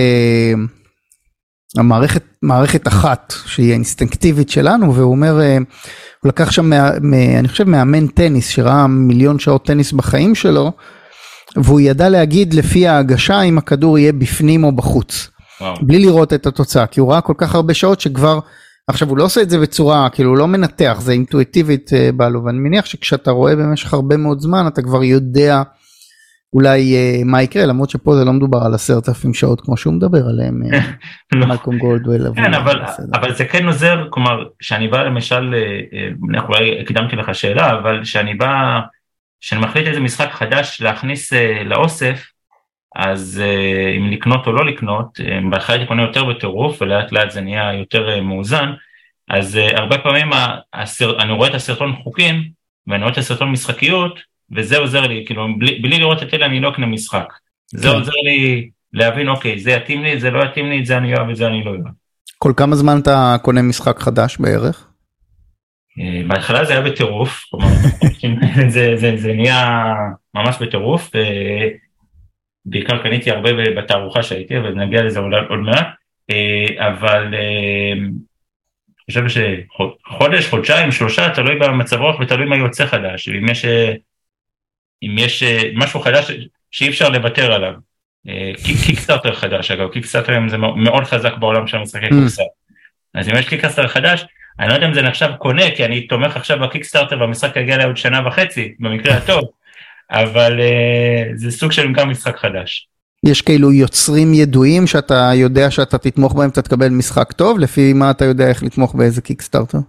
המערכת אחת, שהיא האינסטינקטיבית שלנו, והוא אומר, הוא לקח שם, אני חושב, מאמן טניס, שראה 1,000,000 שעות טניס בחיים שלו, והוא ידע להגיד לפי ההגשה, אם הכדור יהיה בפנים או בחוץ, בלי לראות את התוצאה, כי הוא ראה כל כך הרבה שעות שכבר, עכשיו הוא לא עושה את זה בצורה, כאילו הוא לא מנתח, זה אינטואיטיבית בעלו, ואני מניח שכשאתה רואה במשך הרבה מאוד זמן, אתה כבר יודע אולי מה יקרה, למרות שפה זה לא מדובר על 10,000 שעות, כמו שהוא מדבר עליהם, מלקום גולדוול. כן, אבל זה כן עוזר, כלומר, שאני בא למשל, אולי הקדמתי לך שאלה, אבל שאני מחליט איזה משחק חדש להכניס לאוסף, אז אם לקנות או לא לקנות, בהתחלה הייתי קונה יותר בטירוף, ולאט לאט זה נהיה יותר מאוזן, אז הרבה פעמים אני רואה את הסרטון חוקים, ואני רואה את הסרטון משחקיות, וזה עוזר לי, כאילו, בלי לראות את אלה אני לא אקנה משחק. זה עוזר לי להבין, אוקיי, זה יתאים לי, זה לא יתאים לי, את זה אני אוהב, את זה אני לא אוהב. כל כמה זמן אתה קונה משחק חדש בערך? בהתחלה זה היה בטירוף, זה נהיה ממש בטירוף, בעיקר קניתי הרבה בתערוכה שהייתי, ונגיע לזה עוד מעט, אבל אני חושב שחודש, חודשיים, 3, תלוי במצב רוח ותלוי מה יוצא חדש, אם יש משהו חדש שאי אפשר לוותר עליו, קיקסטארטר חדש, אגב, קיקסטארטר זה מאוד חזק בעולם של המשחקי קופסה, אז אם יש קיקסטארטר חדש, אני לא יודע אם זה נחשב קונה, כי אני תומך עכשיו בקיקסטארטר והמשחק יגיע לעוד 1.5 שנה, במקרה הטוב, אבל זה סוג של גם משחק חדש. יש כאילו יוצרים ידועים שאתה יודע שאתה תתמוך בהם, אתה תקבל משחק טוב, לפי מה אתה יודע איך לתמוך באיזה קיקסטארטר?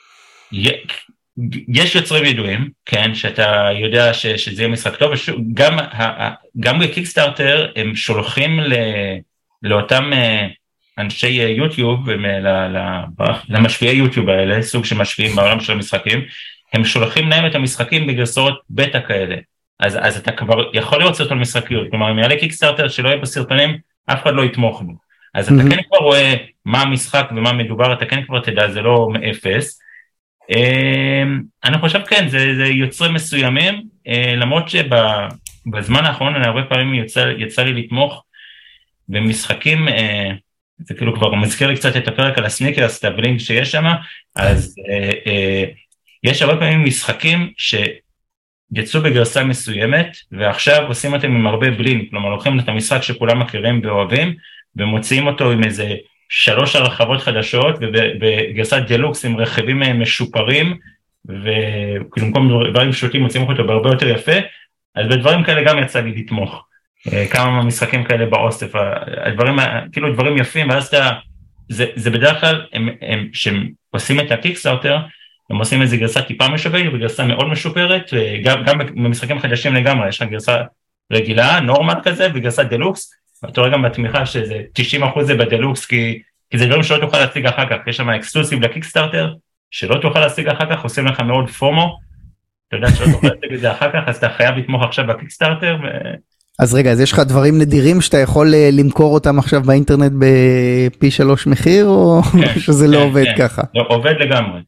יש יוצרים ידועים, כן, שאתה יודע שזה יהיה משחק טוב, גם בקיקסטארטר הם שולחים לאותם אנשי יוטיוב, למשפיעי יוטיוב האלה, סוג של משפיעים בעולם של המשחקים, הם שולחים להם את המשחקים בגרסאות בטא כאלה, אז אתה כבר יכול לראות סרטון משחקיות, כלומר, אם יעלה קיקסטארטר שלא יהיה בסרטונים, אף אחד לא יתמוך בו, אז אתה כן כבר רואה מה המשחק ומה מדובר, אתה כן כבר תדע, זה לא מאפס, אני חושב כן, זה יוצרים מסוימים, למרות שבזמן האחרון אני הרבה פעמים יצא לי לתמוך במשחקים, זה כאילו כבר מזכיר לי קצת את הפרק על הסניקרס, את הבלינק שיש שם, אז יש הרבה פעמים משחקים שיצאו בגרסה מסוימת, ועכשיו עושים אותם עם הרבה בלינק, כלומר לוקחים את המשחק שכולם מכירים ואוהבים, ומוציאים אותו עם איזה 3 הרחבות חדשות, ובגרסת דלוקס עם רכיבים משופרים, וכאילו במקום דברים פשוטים מוציאים אותו בהרבה יותר יפה, אז בדברים כאלה גם יצא לי לתמוך. כמה משחקים כאלה באוסף, הדברים, כאילו דברים יפים, ואז זה בדרך כלל, שהם עושים את הקיקסטארטר, הם עושים איזו גרסה טיפה משופרת, וגרסה מאוד משופרת, גם במשחקים חדשים לגמרי, יש לך גרסה רגילה, נורמל כזה, וגרסה דלוקס, ואתה רואה גם בתמיכה שזה 90% זה בדלוקס, כי זה דברים שלא תוכל להשיג אחר כך, יש שם אקסקלוסיב לקיקסטארטר, שלא תוכל להשיג אחר כך, עושים לך מאוד פומו, אתה יודע שלא תוכל להשיג את זה אחר כך, אז אתה חייב לתמוך עכשיו בקיקסטארטר, אז רגע, אז יש לך דברים נדירים שאתה יכול למכור אותם עכשיו באינטרנט בפי 3 מחיר, או שזה לא עובד ככה? לא, עובד לגמרי.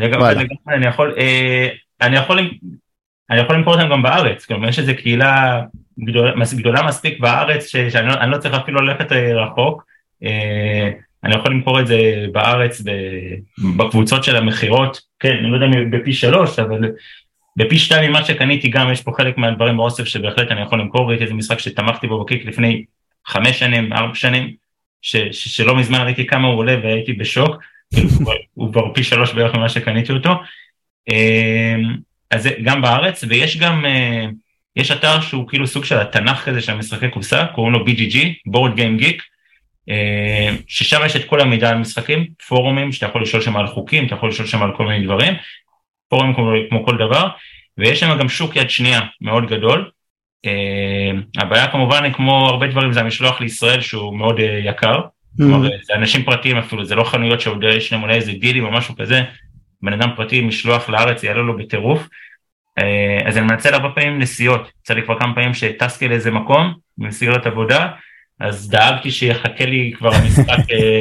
אני יכול למכור אותם גם בארץ, כלומר יש איזו קהילה גדולה מספיק בארץ, שאני לא צריך אפילו ללכת רחוק, אני יכול למכור את זה בארץ, בקבוצות של המחירות, כן, אני לא יודע אם בפי 3, אבל בפי 2 ממה שקניתי גם, יש פה חלק מהדברים באוסף שבהחלט אני יכול למכור, ראיתי איזה משחק שתמכתי בו בקיק לפני 5 שנים, 4 שנים, שלא מזמן ראיתי כמה הוא עולה והייתי בשוק, הוא כבר פי 3 בערך ממה שקניתי אותו, אז זה גם בארץ, ויש גם, יש אתר שהוא כאילו סוג של התנ"ך כזה של משחקי קופסה, קוראים לו BGG, Board Game Geek, ששם יש את כל המידע על משחקים, פורומים שאתה יכול לשאול שם על חוקים, אתה יכול לשאול שם על כל מיני דברים, פורומים כמו כל דבר, ויש שם גם שוק יד שנייה מאוד גדול, הבעיה כמובן כמו הרבה דברים זה המשלוח לישראל שהוא מאוד יקר, כלומר זה אנשים פרטיים אפילו, זה לא חנויות שעוד יש להם אולי איזה דילים או משהו כזה, בן אדם פרטי משלוח לארץ יעלה לו בטירוף, אז אני מנצל הרבה פעמים נסיעות, יצא לי כבר כמה פעמים שטסתי לאיזה מקום, בנסיעות עבודה, אז דאגתי שיחכה לי כבר המשחק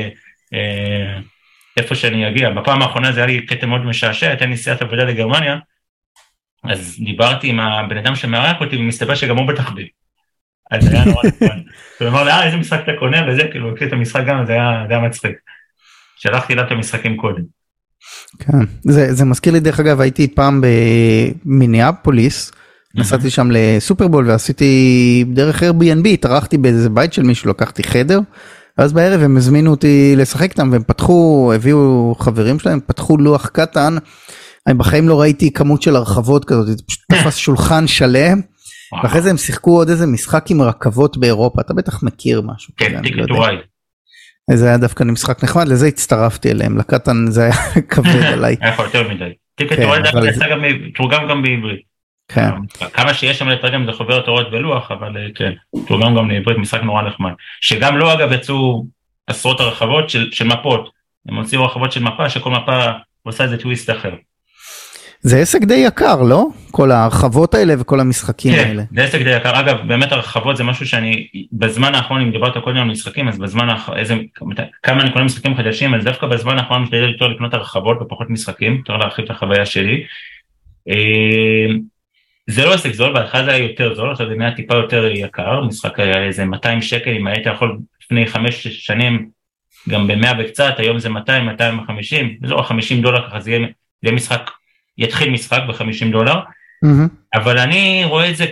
איפה שאני אגיע. בפעם האחרונה זה היה לי קטע מאוד משעשע, הייתה נסיעת עבודה לגרמניה, אז דיברתי עם הבן אדם שמארח אותי, ומסתבר שגם הוא בתחביב. אז זה היה נורא נכון. הוא אמר לי, איזה משחק אתה קונה, וזה, כאילו, הוא הקריא את המשחק גם, זה היה מצחיק. שלחתי לה את המשחקים קודם. כן, זה מזכיר לי דרך אגב, הייתי פעם במיניאפוליס, נסעתי שם לסופרבול, ועשיתי דרך Airbnb, התארחתי באיזה בית של מישהו, לקחתי חדר, ואז בערב הם הזמינו אותי לשחק איתם, והם פתחו, הביאו חברים שלהם, פתחו לוח קטן, אני בחיים לא ראיתי כמות של הרחבות כזאת, זה פשוט תפס שולחן שלם, ואחרי זה הם שיחקו עוד איזה משחק עם רכבות באירופה, אתה בטח מכיר משהו. כן, טיקט טו ריד. זה היה דווקא משחק נחמד, לזה הצטרפתי אליהם, לקטן זה היה כבד עליי. היה יכול יותר מדי. טיקט טו ריד תורגם גם בעברית. כן. כמה שיש שם לתרגם זה חוברת אורות בלוח, אבל כן, תורגם גם לעברית, משחק נורא נחמד. שגם לא אגב יצאו עשרות הרחבות של מפות, הם הוציאו הרחבות של מפה, שכל מפה עושה איזה טוויסט אחר. זה עסק די יקר, לא? כל ההרחבות האלה וכל המשחקים האלה. זה עסק די יקר. אגב, באמת הרחבות זה משהו שאני, בזמן האחרון, אם דיברת קודם על משחקים, אז בזמן האחרון, כמה אני קונה משחקים חדשים, אז דווקא בזמן האחרון משתדל יותר לקנות הרחבות ופחות משחקים, יותר להרחיב את החוויה שלי. זה לא עסק זול, בהתחלה זה היה יותר זול, עכשיו זה נהיה טיפה יותר יקר, משחק היה איזה 200 שקל, אם היית יכול לפני 5 שנים, גם ב100 וקצת, היום זה 200, 250, זה לא $50, ככה זה יהיה משחק, יתחיל משחק ב$50, אבל אני רואה את זה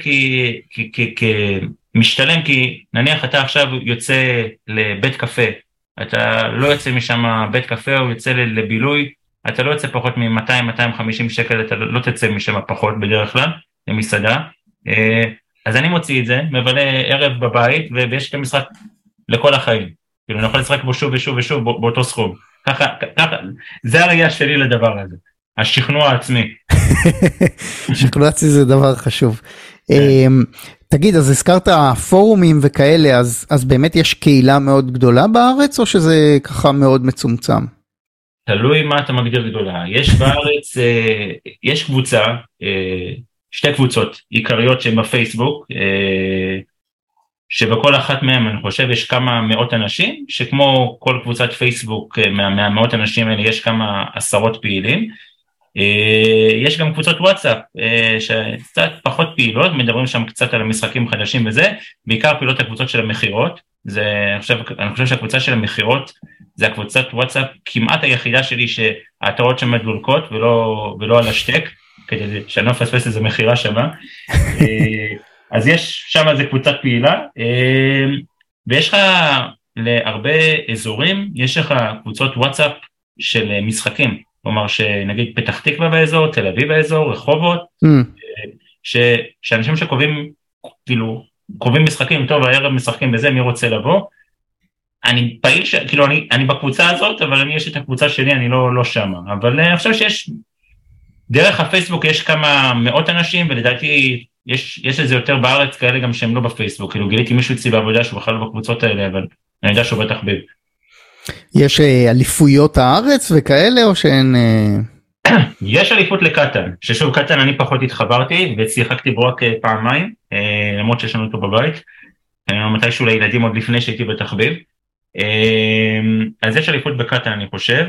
כמשתלם, כי נניח אתה עכשיו יוצא לבית קפה, אתה לא יוצא משם בית קפה, או יוצא לבילוי, אתה לא יוצא פחות מ-200-250 שקל, אתה לא תצא משם פחות בדרך כלל, למסעדה, אז אני מוציא את זה, מבלה ערב בבית, ויש את המשחק לכל החיים, כאילו אני יכול לשחק בו שוב ושוב ושוב באותו סכום, ככה, זה הראייה שלי לדבר הזה, השכנוע העצמי. שכנוע עצמי זה דבר חשוב. תגיד, אז הזכרת פורומים וכאלה, אז באמת יש קהילה מאוד גדולה בארץ, או שזה ככה מאוד מצומצם? תלוי מה אתה מגדיר גדולה. יש בארץ, יש קבוצה, 2 קבוצות עיקריות שהן בפייסבוק, שבכל אחת מהן אני חושב יש כמה מאות אנשים, שכמו כל קבוצת פייסבוק מהמאות אנשים האלה יש כמה עשרות פעילים, יש גם קבוצות וואטסאפ שקצת פחות פעילות, מדברים שם קצת על המשחקים חדשים וזה, בעיקר פעילות הקבוצות של המחירות, אני חושב שהקבוצה של המחירות זה הקבוצת וואטסאפ כמעט היחידה שלי שהאתרות שם מדלולקות ולא על השטק, כדי שאני לא אפספס איזה מחירה שמה, אז יש שם איזה קבוצת פעילה, ויש לך להרבה אזורים, יש לך קבוצות וואטסאפ של משחקים, כלומר שנגיד פתח תקווה באזור, תל אביב באזור, רחובות, שאנשים שקובעים, כאילו, קובעים משחקים, טוב, הערב משחקים בזה, מי רוצה לבוא, אני פעיל, כאילו, אני בקבוצה הזאת, אבל יש את הקבוצה שלי, אני לא שמה, אבל אני חושב שיש, דרך הפייסבוק יש כמה מאות אנשים, ולדעתי יש איזה יותר בארץ כאלה גם שהם לא בפייסבוק, כאילו גיליתי מישהו אצלי בעבודה שהוא בכלל לא בקבוצות האלה, אבל אני יודע שהוא בטח ב... יש אליפויות הארץ וכאלה, או שהן... יש אליפות לקטן, ששוב קטן אני פחות התחברתי, ושיחקתי בו רק פעמיים, למרות שיש לנו אותו בבית, מתישהו לילדים עוד לפני שהייתי בתחביב, אז יש אליפות בקטן אני חושב,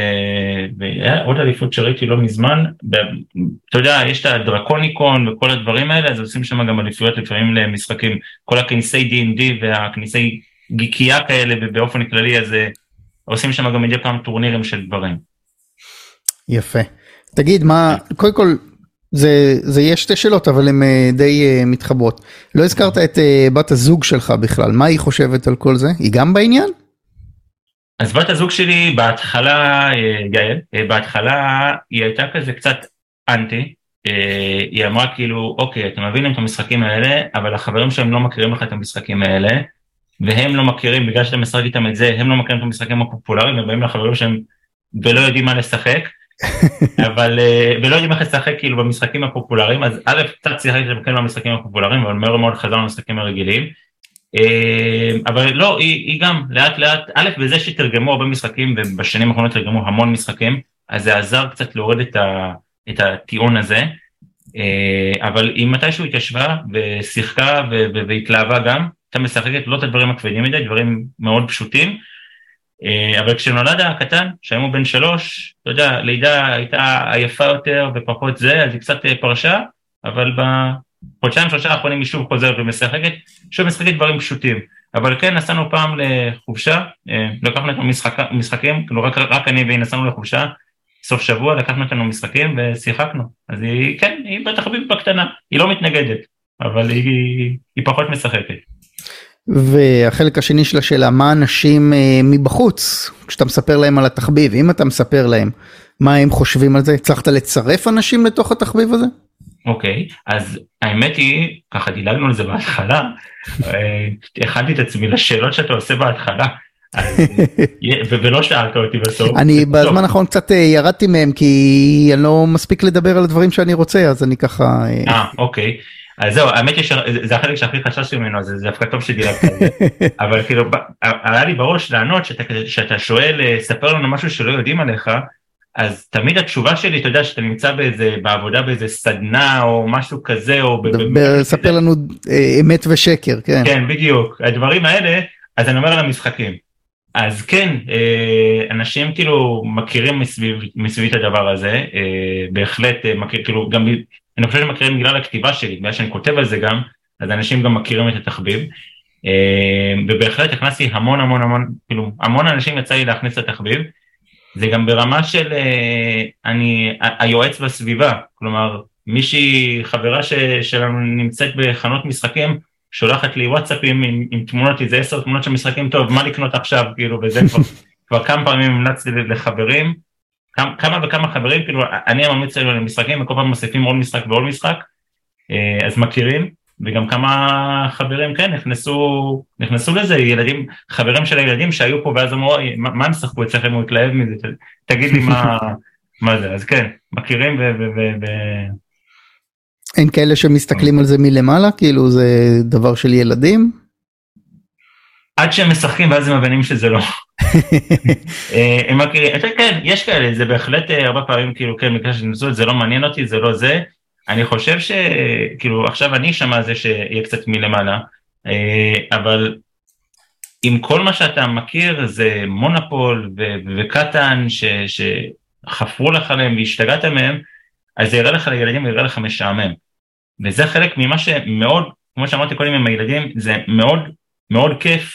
ועוד אליפות שראיתי לא מזמן, אתה יודע, יש את הדרקוניקון וכל הדברים האלה, אז עושים שם גם אליפויות לפעמים למשחקים, כל הכניסי D&D והכניסי גיקייה כאלה באופן כללי, אז עושים שם גם מדי פעם טורנירים של דברים. יפה. תגיד, מה, קודם כל, זה יש 2 שאלות, אבל הן די מתחברות. לא הזכרת את בת הזוג שלך בכלל, מה היא חושבת על כל זה? היא גם בעניין? אז בת הזוג שלי בהתחלה, גאל, בהתחלה היא הייתה כזה קצת אנטי, היא אמרה כאילו, אוקיי, אתם מבינים את המשחקים האלה, אבל החברים שהם לא מכירים לך את המשחקים האלה, והם לא מכירים, בגלל שאתה משחק איתם את זה, הם לא מכירים את המשחקים הפופולריים, הם באים לחברים שהם ולא יודעים מה לשחק, ולא יודעים איך לשחק כאילו במשחקים הפופולריים, אז א', קצת שיחקתי כן במשחקים הפופולריים, אבל מאוד מאוד חזרנו למשחקים הרגילים, אבל לא, היא גם לאט לאט, א', בזה שתרגמו הרבה משחקים, ובשנים האחרונות תרגמו המון משחקים, אז זה עזר קצת להוריד את הטיעון הזה, אבל היא מתישהו התיישבה ושיחקה והתלהבה גם, אתה משחקת לא את הדברים הכבדים מדי, דברים מאוד פשוטים, אבל כשנולד הקטן, שהיום הוא בן 3, אתה יודע, לידה הייתה עייפה יותר ופחות זה, אז היא קצת פרשה, אבל בחודשיים 3 האחרונים היא שוב חוזרת ומשחקת, שוב משחקת דברים פשוטים, אבל כן, נסענו פעם לחופשה, לקחנו את המשחקים, רק אני והיא נסענו לחופשה, סוף שבוע לקחנו אותנו משחקים ושיחקנו, אז היא, כן, היא בתחביב בקטנה, היא לא מתנגדת, אבל היא פחות משחקת. והחלק השני של השאלה, מה אנשים מבחוץ, כשאתה מספר להם על התחביב, אם אתה מספר להם, מה הם חושבים על זה? הצלחת לצרף אנשים לתוך התחביב הזה? אוקיי, אז האמת היא, ככה דילגנו על זה בהתחלה, הכנתי את עצמי לשאלות שאתה עושה בהתחלה, ולא שאלת אותי בסוף. אני בזמן האחרון קצת ירדתי מהם, כי אני לא מספיק לדבר על הדברים שאני רוצה, אז אני ככה... אוקיי. אז זהו, האמת היא שזה החלק שהכי חששתי ממנו, זה דווקא טוב שדילגת על זה, אבל כאילו, היה לי בראש לענות שאתה שואל, ספר לנו משהו שלא יודעים עליך, אז תמיד התשובה שלי, אתה יודע, שאתה נמצא בעבודה באיזה סדנה או משהו כזה, או ספר לנו אמת ושקר, כן. כן, בדיוק, הדברים האלה, אז אני אומר על המשחקים. אז כן, אנשים כאילו מכירים מסביב את הדבר הזה, בהחלט מכיר, כאילו גם, אני חושב שמכירים בגלל הכתיבה שלי, בגלל שאני כותב על זה גם, אז אנשים גם מכירים את התחביב, ובהחלט הכנסתי המון, כאילו המון אנשים יצא לי להכניס את התחביב, זה גם ברמה של היועץ בסביבה, כלומר מישהי חברה שלנו נמצאת בחנות משחקים, שולחת לי וואטסאפים עם תמונות, איזה 10 תמונות של משחקים, טוב, מה לקנות עכשיו, כאילו, וזה כבר כמה פעמים המלצתי לחברים, כמה וכמה חברים, כאילו, אני ממליץ עליהם למשחקים, וכל פעם מוסיפים עוד משחק ועוד משחק, אז מכירים, וגם כמה חברים, כן, נכנסו לזה, ילדים, חברים של הילדים שהיו פה, ואז אמרו, מה הם שחקו אצלכם, הוא התלהב מזה, תגיד לי מה זה, אז כן, מכירים אין כאלה שמסתכלים על זה מלמעלה, כאילו זה דבר של ילדים? עד שהם משחקים ואז הם מבינים שזה לא. הם מכירים, כן, יש כאלה, זה בהחלט הרבה פעמים, כאילו, כן, מקרה שניסו את זה, לא מעניין אותי, זה לא זה. אני חושב שכאילו, עכשיו אני שמע זה שיהיה קצת מלמעלה, אבל עם כל מה שאתה מכיר, זה מונופול וקטן שחפרו לך עליהם והשתגעת מהם, אז זה יראה לך לילדים ויראה לך משעמם. וזה חלק ממה שמאוד, כמו שאמרתי קודם עם הילדים, זה מאוד מאוד כיף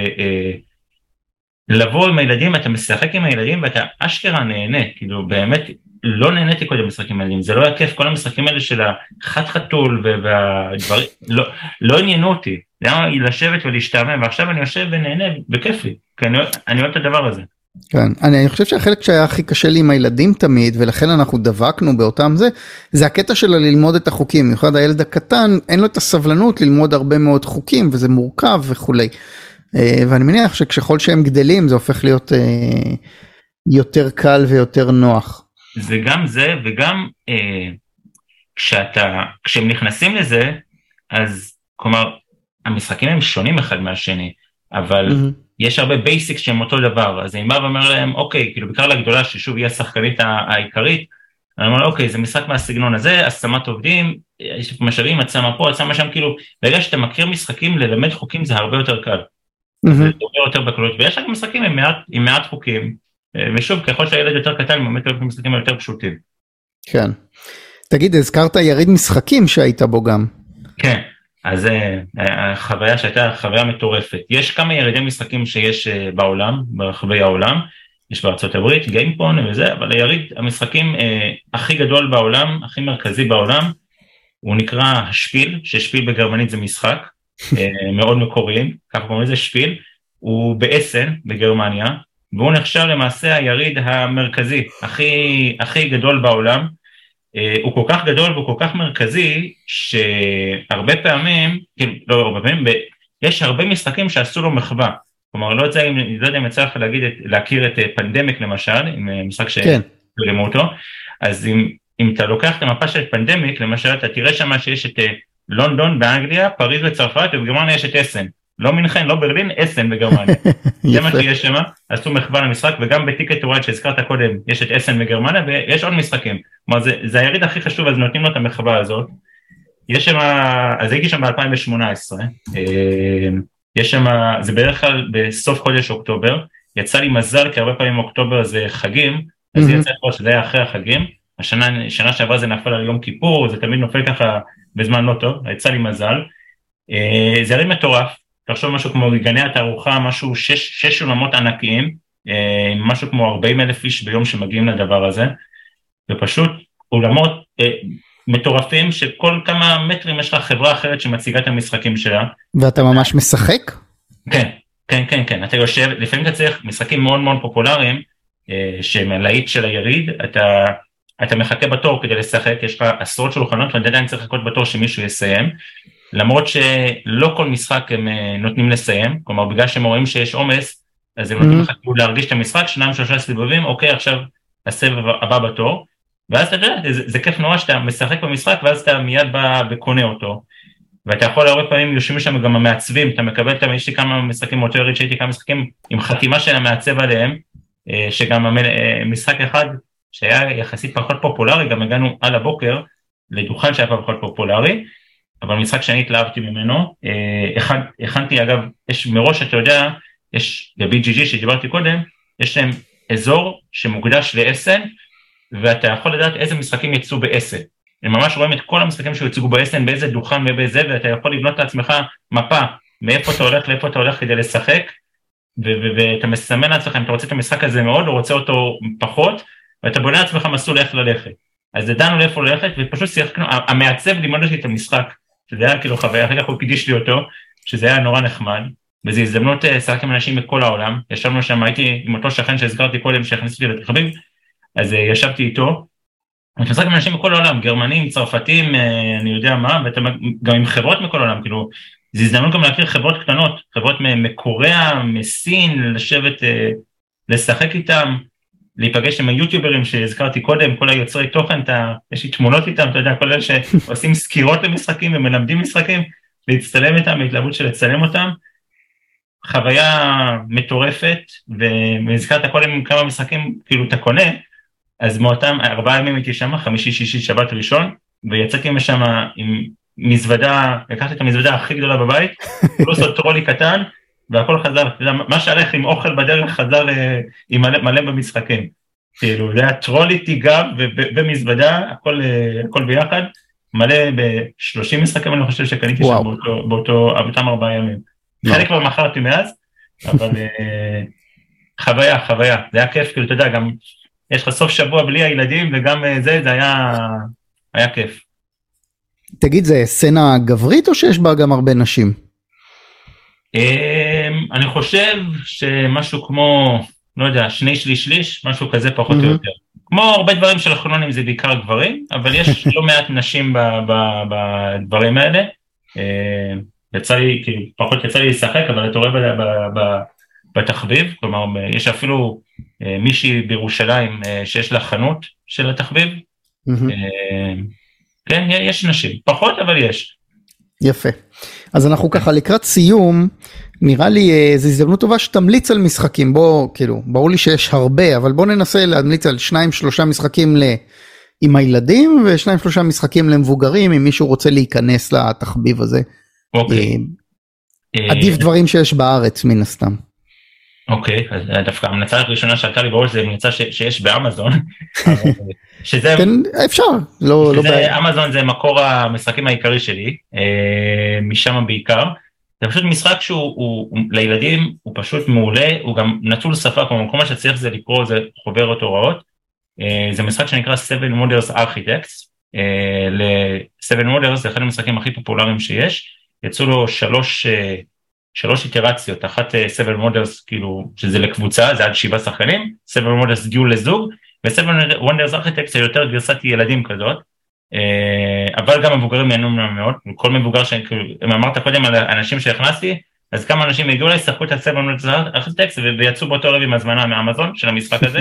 לבוא עם הילדים, אתה משחק עם הילדים ואתה אשכרה נהנה, כאילו באמת לא נהניתי קודם משחק עם הילדים, זה לא היה כיף, כל המשחקים האלה של החת חתול והדברים, לא עניינו אותי, זה היה לשבת ולהשתעמם, ועכשיו אני יושב ונהנה וכיף לי, כי אני אוהב את הדבר הזה. כן, אני חושב שהחלק שהיה הכי קשה לי עם הילדים תמיד, ולכן אנחנו דבקנו באותם זה הקטע שלו ללמוד את החוקים, במיוחד הילד הקטן, אין לו את הסבלנות ללמוד הרבה מאוד חוקים, וזה מורכב וכולי, ואני מניח שככל שהם גדלים, זה הופך להיות יותר קל ויותר נוח. זה גם זה, וגם כשהם נכנסים לזה, אז כלומר, המשחקים הם שונים אחד מהשני, אבל יש הרבה בייסיקס שהם אותו דבר, אז אני בא ואומר להם, אוקיי, כאילו בקר לגדולה ששוב היא השחקנית העיקרית, אני אומר, אוקיי, זה משחק מהסגנון הזה, השמת עובדים, יש משאבים, את שמה פה, את שמה שם, כאילו, ברגע שאתה מכיר משחקים, ללמד חוקים זה הרבה יותר קל, זה הרבה יותר בקלות, ויש רק משחקים עם מעט חוקים, ושוב, ככל שהילד יותר קטן, באמת לא משחקים יותר פשוטים. כן. תגיד, הזכרת יריד משחקים שהיית בו גם. כן. אז החוויה שהייתה חוויה מטורפת. יש כמה ירידי משחקים שיש בעולם, ברחבי העולם, יש בארצות הברית, גיימפון וזה, אבל היריד המשחקים הכי גדול בעולם, הכי מרכזי בעולם, הוא נקרא השפיל, ששפיל בגרמנית זה משחק, מאוד מקוריים, ככה קוראים לזה שפיל, הוא באסן בגרמניה, והוא נחשב למעשה היריד המרכזי, הכי גדול בעולם, הוא כל כך גדול והוא כל כך מרכזי, שהרבה פעמים, לא הרבה פעמים, יש הרבה משחקים שעשו לו מחווה, כלומר לא יודע אם יצא לך להכיר את פנדמיק למשל, עם משחק שגרימו אותו, אז אם אתה לוקח את המפה של פנדמיק, למשל אתה תראה שם שיש את לונדון באנגליה, פריז וצרפת, ובגרמניה יש את אסן, לא מינכן, לא ברלין, אסן בגרמניה, זה מה שיש שם, עשו מחווה למשחק, וגם בטיקט טו רייד שהזכרת קודם, יש את אסן בגרמניה, ויש עוד משחקים, כלומר זה היריד הכי חשוב, אז נותנים לו את המחווה הזאת, יש שם, אז הייתי שם ב-2018, יש שם, זה בערך כלל בסוף חודש אוקטובר, יצא לי מזל, כי הרבה פעמים אוקטובר זה חגים, אז יצא לי שזה היה אחרי החגים, השנה שעברה זה נפל על יום כיפור, זה תמיד נופל ככה בזמן לא טוב, יצא לי מזל, זה יריד מטורף, תחשוב משהו כמו גני התערוכה, משהו 6 אולמות ענקיים, משהו כמו 40,000 איש ביום שמגיעים לדבר הזה, ופשוט אולמות מטורפים שכל כמה מטרים יש לך חברה אחרת שמציגה את המשחקים שלה. ואתה ממש משחק? כן, כן, כן, כן, אתה יושב, לפעמים אתה צריך משחקים מאוד מאוד פופולריים, שהם הלהיט של היריד, אתה מחכה בתור כדי לשחק, יש לך עשרות שולחנות, ואתה עדיין צריך לחכות בתור שמישהו יסיים, למרות שלא כל משחק הם נותנים לסיים, כלומר בגלל שהם רואים שיש עומס, אז הם נותנים לך להרגיש את המשחק, 2-3 סבבים, אוקיי, עכשיו הסבב הבא בתור, ואז אתה יודע, זה כיף נורא שאתה משחק במשחק, ואז אתה מיד בא וקונה אותו, ואתה יכול הרבה פעמים יושבים שם גם המעצבים, אתה מקבל, יש לי כמה משחקים, אותו יריד שהייתי כמה משחקים עם חתימה של המעצב עליהם, שגם משחק אחד שהיה יחסית פחות פופולרי, גם הגענו על הבוקר לדוכן שהיה פחות פופולרי, אבל משחק שאני התלהבתי ממנו, הכנתי אגב, יש מראש אתה יודע, יש ב-BGG שדיברתי קודם, יש להם אזור שמוקדש ל-SN, ואתה יכול לדעת איזה משחקים יצאו ב-SN, הם ממש רואים את כל המשחקים שיוצגו ב-SN, באיזה דוכן ובאיזה, ואתה יכול לבנות לעצמך מפה, מאיפה אתה הולך, לאיפה אתה הולך כדי לשחק, ואתה מסמן לעצמך אם אתה רוצה את המשחק הזה מאוד, או רוצה אותו פחות, ואתה בונה לעצמך מסלול איך ללכת. אז ידענו לאיפה ללכת, ופשוט שיחקנו, המעצב לימד אותי את המשחק, שזה היה כאילו חוויה, אחר כך הוא הקדיש לי אותו, שזה היה נורא נחמד, וזו הזדמנות לשחק עם אנשים מכל העולם, ישבנו שם, הייתי עם אותו שכן שהזכרתי קודם, שהכניסתי לתחביב, אז ישבתי איתו, אני משחק עם אנשים מכל העולם, גרמנים, צרפתים, אני יודע מה, וגם עם חברות מכל העולם, כאילו, זו הזדמנות גם להכיר חברות קטנות, חברות מקוריאה, מסין, לשבת, לשחק איתם, להיפגש עם היוטיוברים שהזכרתי קודם, כל היוצרי תוכן, יש לי תמונות איתם, אתה יודע, כל אלה שעושים סקירות למשחקים ומלמדים משחקים, להצטלם איתם, להתלהבות של לצלם אותם, חוויה מטורפת, והזכרת קודם כמה משחקים, כאילו אתה קונה, אז מאותם 4 ימים הייתי שם, 5, 6, שבת ראשון, ויצאתי משם עם מזוודה, לקחתי את המזוודה הכי גדולה בבית, פלוס עוד טרולי קטן, והכל חזר, מה שהלך עם אוכל בדרך חזר עם מלא במשחקים, כאילו זה היה טרולי תיגב ומזוודה, הכל ביחד, מלא ב30 משחקים אני חושב שקניתי שם באותם 4 ימים, חלק כבר מכרתי מאז, אבל חוויה, זה היה כיף, כאילו אתה יודע, גם יש לך סוף שבוע בלי הילדים, וגם זה היה כיף. תגיד, זה סצנה גברית או שיש בה גם הרבה נשים? אני חושב שמשהו כמו, לא יודע, 2/3, משהו כזה פחות או יותר. כמו הרבה דברים של החלונים זה בעיקר גברים, אבל יש לא מעט נשים בדברים האלה. פחות יצא לי לשחק, אבל אתה רואה בתחביב, כלומר, יש אפילו מישהי בירושלים שיש לה חנות של התחביב. כן, יש נשים, פחות אבל יש. יפה. אז אנחנו ככה לקראת סיום, נראה לי זו הזדמנות טובה שתמליץ על משחקים, כאילו, ברור לי שיש הרבה, אבל בוא ננסה להמליץ על 2-3 משחקים עם הילדים, ו2-3 משחקים למבוגרים, אם מישהו רוצה להיכנס לתחביב הזה. אוקיי. עדיף דברים שיש בארץ מן הסתם. אוקיי, אז דווקא המלצה הראשונה שעלתה לי בראש זה המלצה שיש באמזון, שזה... אפשר, לא בעיה. אמזון זה מקור המשחקים העיקרי שלי, משם בעיקר, זה פשוט משחק שהוא לילדים, הוא פשוט מעולה, הוא גם נטול שפה, כמו כל מה שצריך זה לקרוא, זה חוברת הוראות, זה משחק שנקרא Seven Wonders Architects, ל-Seven Wonders זה אחד המשחקים הכי פופולריים שיש, יצאו לו 3 איטרציות, אחת 7 Wonders, כאילו, שזה לקבוצה, זה עד 7 שחקנים, 7 Wonders דיול לזוג, ו7 Wonders Architects זה יותר גרסת ילדים כזאת, אבל גם מבוגרים יענו מאוד, כל מבוגר אם אמרת קודם על אנשים שהכנסתי, אז כמה אנשים הגיעו לה, שחקו את 7 Wonders Architects, ויצאו באותו רב עם הזמנה מאמזון של המשחק הזה,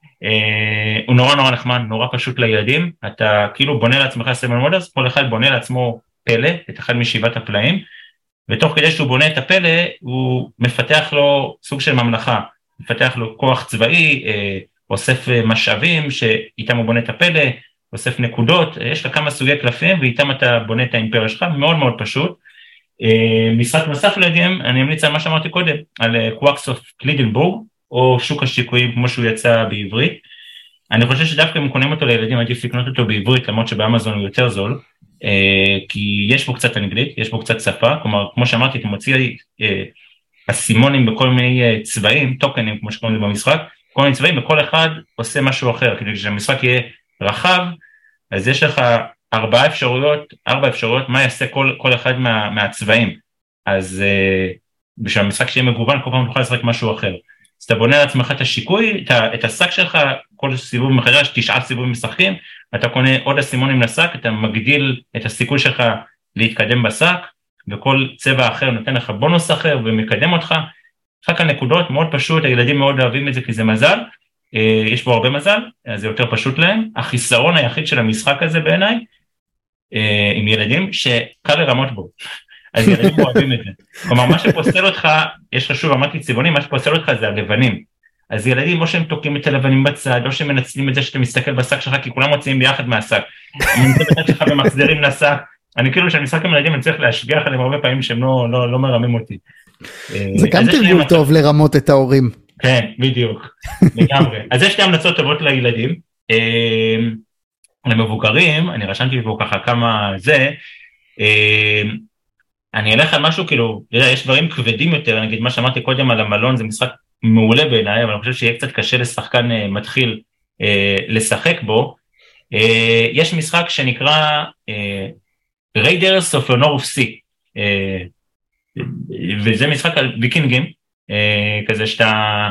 הוא נורא נחמד, נורא פשוט לילדים, אתה כאילו בונה לעצמך 7 Wonders, כל אחד בונה לעצמו פלא, את אחד משבעת הפלאים, ותוך כדי שהוא בונה את הפלא, הוא מפתח לו סוג של ממלכה, מפתח לו כוח צבאי, אוסף משאבים שאיתם הוא בונה את הפלא, אוסף נקודות, יש לה כמה סוגי קלפים, ואיתם אתה בונה את האימפריה שלך, מאוד מאוד פשוט. משחק נוסף לידיהם, אני אמליץ על מה שאמרתי קודם, על קוואקס אוף קלידנבורג, או שוק השיקויים כמו שהוא יצא בעברית. אני חושב שדווקא אם קונים אותו לילדים, עדיף לקנות אותו בעברית, למרות שבאמזון הוא יותר זול, כי יש בו קצת אנגלית, יש בו קצת שפה, כלומר, כמו שאמרתי, אתה מוציא אסימונים בכל מיני צבעים, טוקנים, כמו שקוראים לזה במשחק, כל מיני צבעים, וכל אחד עושה משהו אחר, כדי שהמשחק יהיה רחב, אז יש לך 4 אפשרויות, מה יעשה כל אחד מהצבעים, אז בשביל המשחק שיהיה מגוון, כל פעם תוכל לשחק משהו אחר. אז אתה בונה לעצמך את השיקוי, את השק שלך, כל סיבוב מחדש, 9 סיבובים משחקים, אתה קונה עוד אסימונים לשק, אתה מגדיל את הסיכוי שלך להתקדם בשק, וכל צבע אחר נותן לך בונוס אחר ומקדם אותך, משחק הנקודות מאוד פשוט, הילדים מאוד אוהבים את זה כי זה מזל, יש בו הרבה מזל, אז זה יותר פשוט להם. החיסרון היחיד של המשחק הזה בעיניי, עם ילדים, שקל לרמות בו. אז ילדים אוהבים את זה. כלומר, מה שפוסל אותך, יש לך שוב, אמרתי צבעוני, מה שפוסל אותך זה הלבנים. אז ילדים, או שהם תוקעים את הלבנים בצד, או שהם מנצלים את זה שאתה מסתכל בשק שלך, כי כולם מוצאים ביחד מהשק. אני נמצא בצד שלך ומחזירים לשק. אני כאילו, כשאני משחק עם ילדים, אני צריך להשגיח עליהם הרבה פעמים שהם לא מרמים אותי. זה גם תרגול טוב לרמות את ההורים. כן, בדיוק, לגמרי. אז יש שתי המלצות טובות לילדים. למבוגרים, אני רשמתי פה ככה כמה זה, אני אלך על משהו כאילו, יש דברים כבדים יותר, נגיד מה שאמרתי קודם על המלון, זה משחק מעולה בעיניי, אבל אני חושב שיהיה קצת קשה לשחקן מתחיל לשחק בו. יש משחק שנקרא Raiders of Honor of Sea, וזה משחק על ויקינגים, כזה שאתה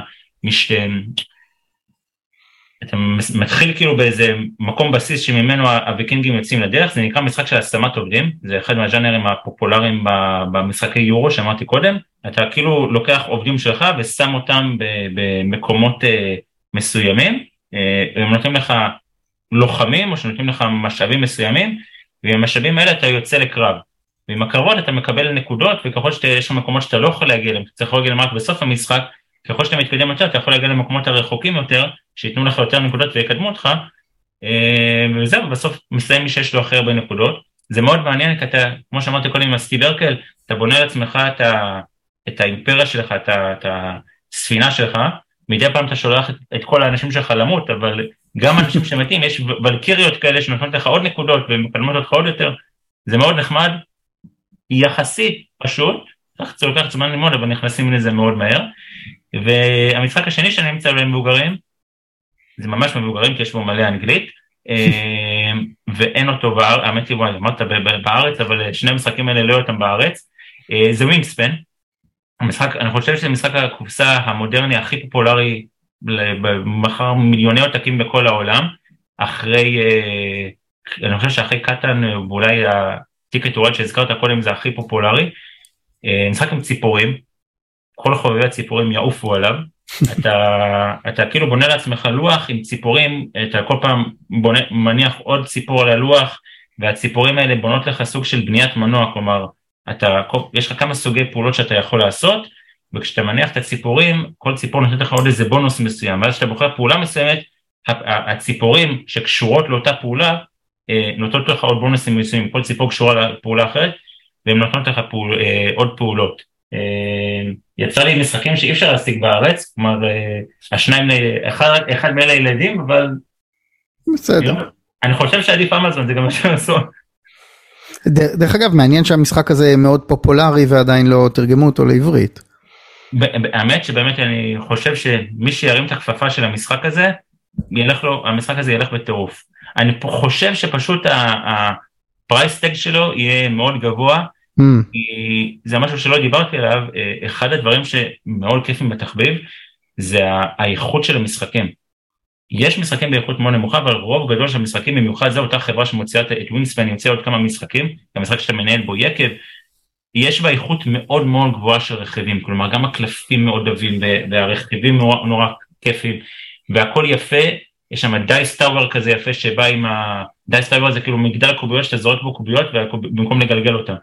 אתה מתחיל כאילו באיזה מקום בסיס שממנו הוויקינגים יוצאים לדרך, זה נקרא משחק של השמת עובדים, זה אחד מהז'אנרים הפופולריים במשחקי יורו שאמרתי קודם, אתה כאילו לוקח עובדים שלך ושם אותם במקומות מסוימים, והם נותנים לך לוחמים או שנותנים לך משאבים מסוימים, ועם המשאבים האלה אתה יוצא לקרב, ועם הקרבות אתה מקבל נקודות, וככל שיש מקומות שאתה לא יכול להגיע אליהם, אתה צריך להגיע להם רק בסוף המשחק, ככל שאתה מתקדם יותר, אתה יכול להגיע למקומות הרחוקים יותר, שיתנו לך יותר נקודות ויקדמו אותך, וזהו, בסוף מסיים מי שיש לו הכי הרבה נקודות. זה מאוד מעניין, כי אתה, כמו שאמרתי קודם עם הסטיב הרקל, אתה בונה לעצמך את האימפריה שלך, את הספינה שלך, מדי פעם אתה שולח את כל האנשים שלך למות, אבל גם אנשים שמתים, יש ולקיריות כאלה שנותנות לך עוד נקודות, ומקדמות אותך עוד יותר, זה מאוד נחמד, יחסית פשוט, זה לוקח זמן ללמוד, אבל נכנסים לזה מאוד מהר, והמשחק השני שאני נמצא למבוגרים, זה ממש מבוגרים, כי יש בו מלא אנגלית, ואין אותו בארץ, האמת היא, אמרת בארץ, אבל שני המשחקים האלה לא אותם בארץ, זה ווינגספן, המשחק, אני חושב שזה משחק הקופסה המודרני הכי פופולרי, במחר מיליוני עותקים בכל העולם, אחרי, אני חושב שאחרי קטן, ואולי הטיקט וואד שהזכרת קודם זה הכי פופולרי, משחק עם ציפורים, כל חובבי הציפורים יעופו עליו, אתה כאילו בונה לעצמך לוח עם ציפורים, אתה כל פעם מניח עוד ציפור על הלוח, והציפורים האלה בונות לך סוג של בניית מנוע, כלומר, יש לך כמה סוגי פעולות שאתה יכול לעשות, וכשאתה מניח את הציפורים, כל ציפור נותנת לך עוד איזה בונוס מסוים, ואז כשאתה בוחר פעולה מסוימת, הציפורים שקשורות לאותה פעולה, נותנות לך עוד בונוסים מסוימים, כל ציפור קשורה לפעולה אחרת, והן נותנות לך עוד פעולות. יצא לי משחקים שאי אפשר להשיג בארץ, כלומר, אחד מאלה ילדים, אבל... בסדר. אני חושב שעדיף אמזון, זה גם מה שעשו. דרך אגב, מעניין שהמשחק הזה מאוד פופולרי, ועדיין לא תרגמו אותו לעברית. האמת שבאמת אני חושב שמי שירים את הכפפה של המשחק הזה, המשחק הזה ילך בטירוף. אני חושב שפשוט הפרייס טג שלו יהיה מאוד גבוה, כי זה משהו שלא דיברתי עליו, אחד הדברים שמאוד כיפים בתחביב, זה האיכות של המשחקים. יש משחקים באיכות מאוד נמוכה, אבל רוב גדול של המשחקים, במיוחד זה אותה חברה שמוציאה את ווינגספן, יוצא עוד כמה משחקים, המשחק שאתה מנהל בו יקב, יש בה איכות מאוד מאוד גבוהה של רכיבים, כלומר גם הקלפים מאוד דבים, והרכיבים נורא כיפים, והכל יפה, יש שם דייס טאוור כזה יפה שבא עם דייס טאוור זה כאילו מגדל קוביות שאתה זורק בו קוביות במקום לגלגל אותם,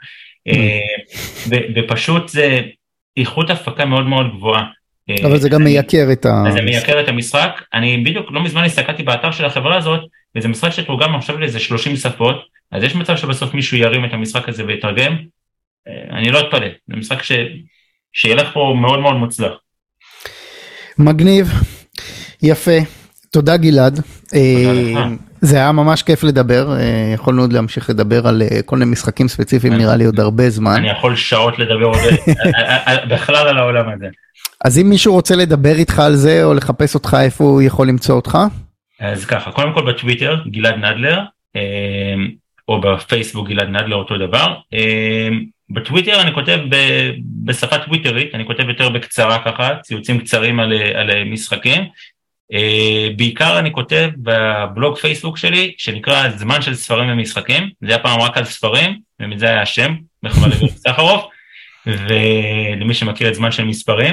ופשוט זה איכות הפקה מאוד מאוד גבוהה. אבל זה גם מייקר את זה מייקר את המשחק. אני בדיוק לא מזמן הסתכלתי באתר של החברה הזאת, וזה משחק שתורגם עכשיו לאיזה 30 שפות, אז יש מצב שבסוף מישהו ירים את המשחק הזה ויתרגם, אני לא אתפלא, זה משחק שילך פה מאוד מאוד מוצלח. מגניב, יפה, תודה גלעד, זה היה ממש כיף לדבר, יכולנו עוד להמשיך לדבר על כל מיני משחקים ספציפיים, נראה לי עוד הרבה זמן. אני יכול שעות לדבר עוד בכלל על העולם הזה. אז אם מישהו רוצה לדבר איתך על זה, או לחפש אותך, איפה הוא יכול למצוא אותך? אז ככה, קודם כל בטוויטר, גלעד נדלר, או בפייסבוק גלעד נדלר, אותו דבר. בטוויטר אני כותב בשפה טוויטרית, אני כותב יותר בקצרה ככה, ציוצים קצרים על משחקים. בעיקר אני כותב בבלוג פייסבוק שלי, שנקרא זמן של ספרים ומשחקים, זה היה פעם רק על ספרים, ומזה היה השם, בכלל לוי סחרוף, ולמי שמכיר את זמן של מספרים,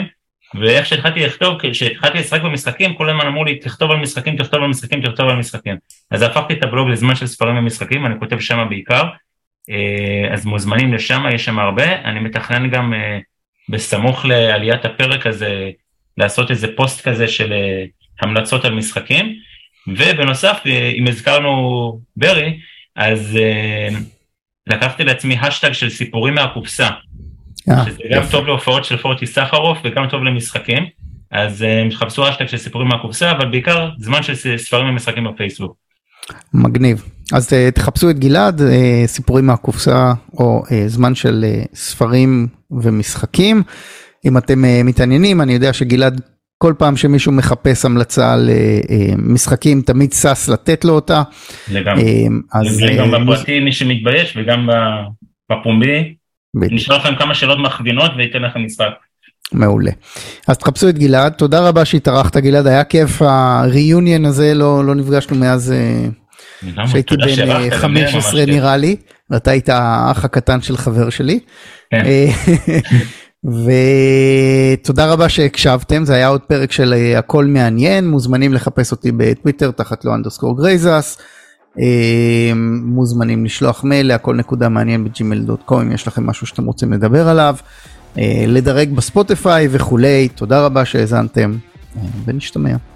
ואיך שהתחלתי לכתוב, כשהתחלתי לשחק במשחקים, כל הזמן אמרו לי, תכתוב על משחקים, תכתוב על משחקים, תכתוב על משחקים. אז הפכתי את הבלוג לזמן של ספרים ומשחקים, אני כותב שם בעיקר, אז מוזמנים לשם, יש שם הרבה, אני מתכנן גם בסמוך לעליית הפרק הזה, לעשות איזה פוסט כזה של המלצות על משחקים, ובנוסף, אם הזכרנו ברי, אז לקחתי לעצמי השטג של סיפורים מהקופסה, שזה גם טוב להופעות של פורטי סחרוף וגם טוב למשחקים, אז חפשו השטג של סיפורים מהקופסה, אבל בעיקר זמן של ספרים ומשחקים בפייסבוק. מגניב. אז תחפשו את גלעד, סיפורים מהקופסה או זמן של ספרים ומשחקים. אם אתם מתעניינים, אני יודע שגלעד כל פעם שמישהו מחפש המלצה על משחקים, תמיד סס לתת לו אותה. לגמרי. גם בפרטי מי שמתבייש וגם בפומבי, נשאר לכם כמה שאלות מכווינות וייתן לכם משחק. מעולה. אז תחפשו את גלעד, תודה רבה שהתארחת גלעד, היה כיף הריוניון הזה, לא נפגשנו מאז שהייתי בן 15 נראה לי, ואתה היית האח הקטן של חבר שלי. ותודה רבה שהקשבתם, זה היה עוד פרק של הכל מעניין, מוזמנים לחפש אותי בטוויטר תחת _גרייזס, מוזמנים לשלוח מייל להכל.מעניין@gmail.com אם יש לכם משהו שאתם רוצים לדבר עליו, לדרג בספוטיפיי וכולי. תודה רבה שהאזנתם ונשתמע.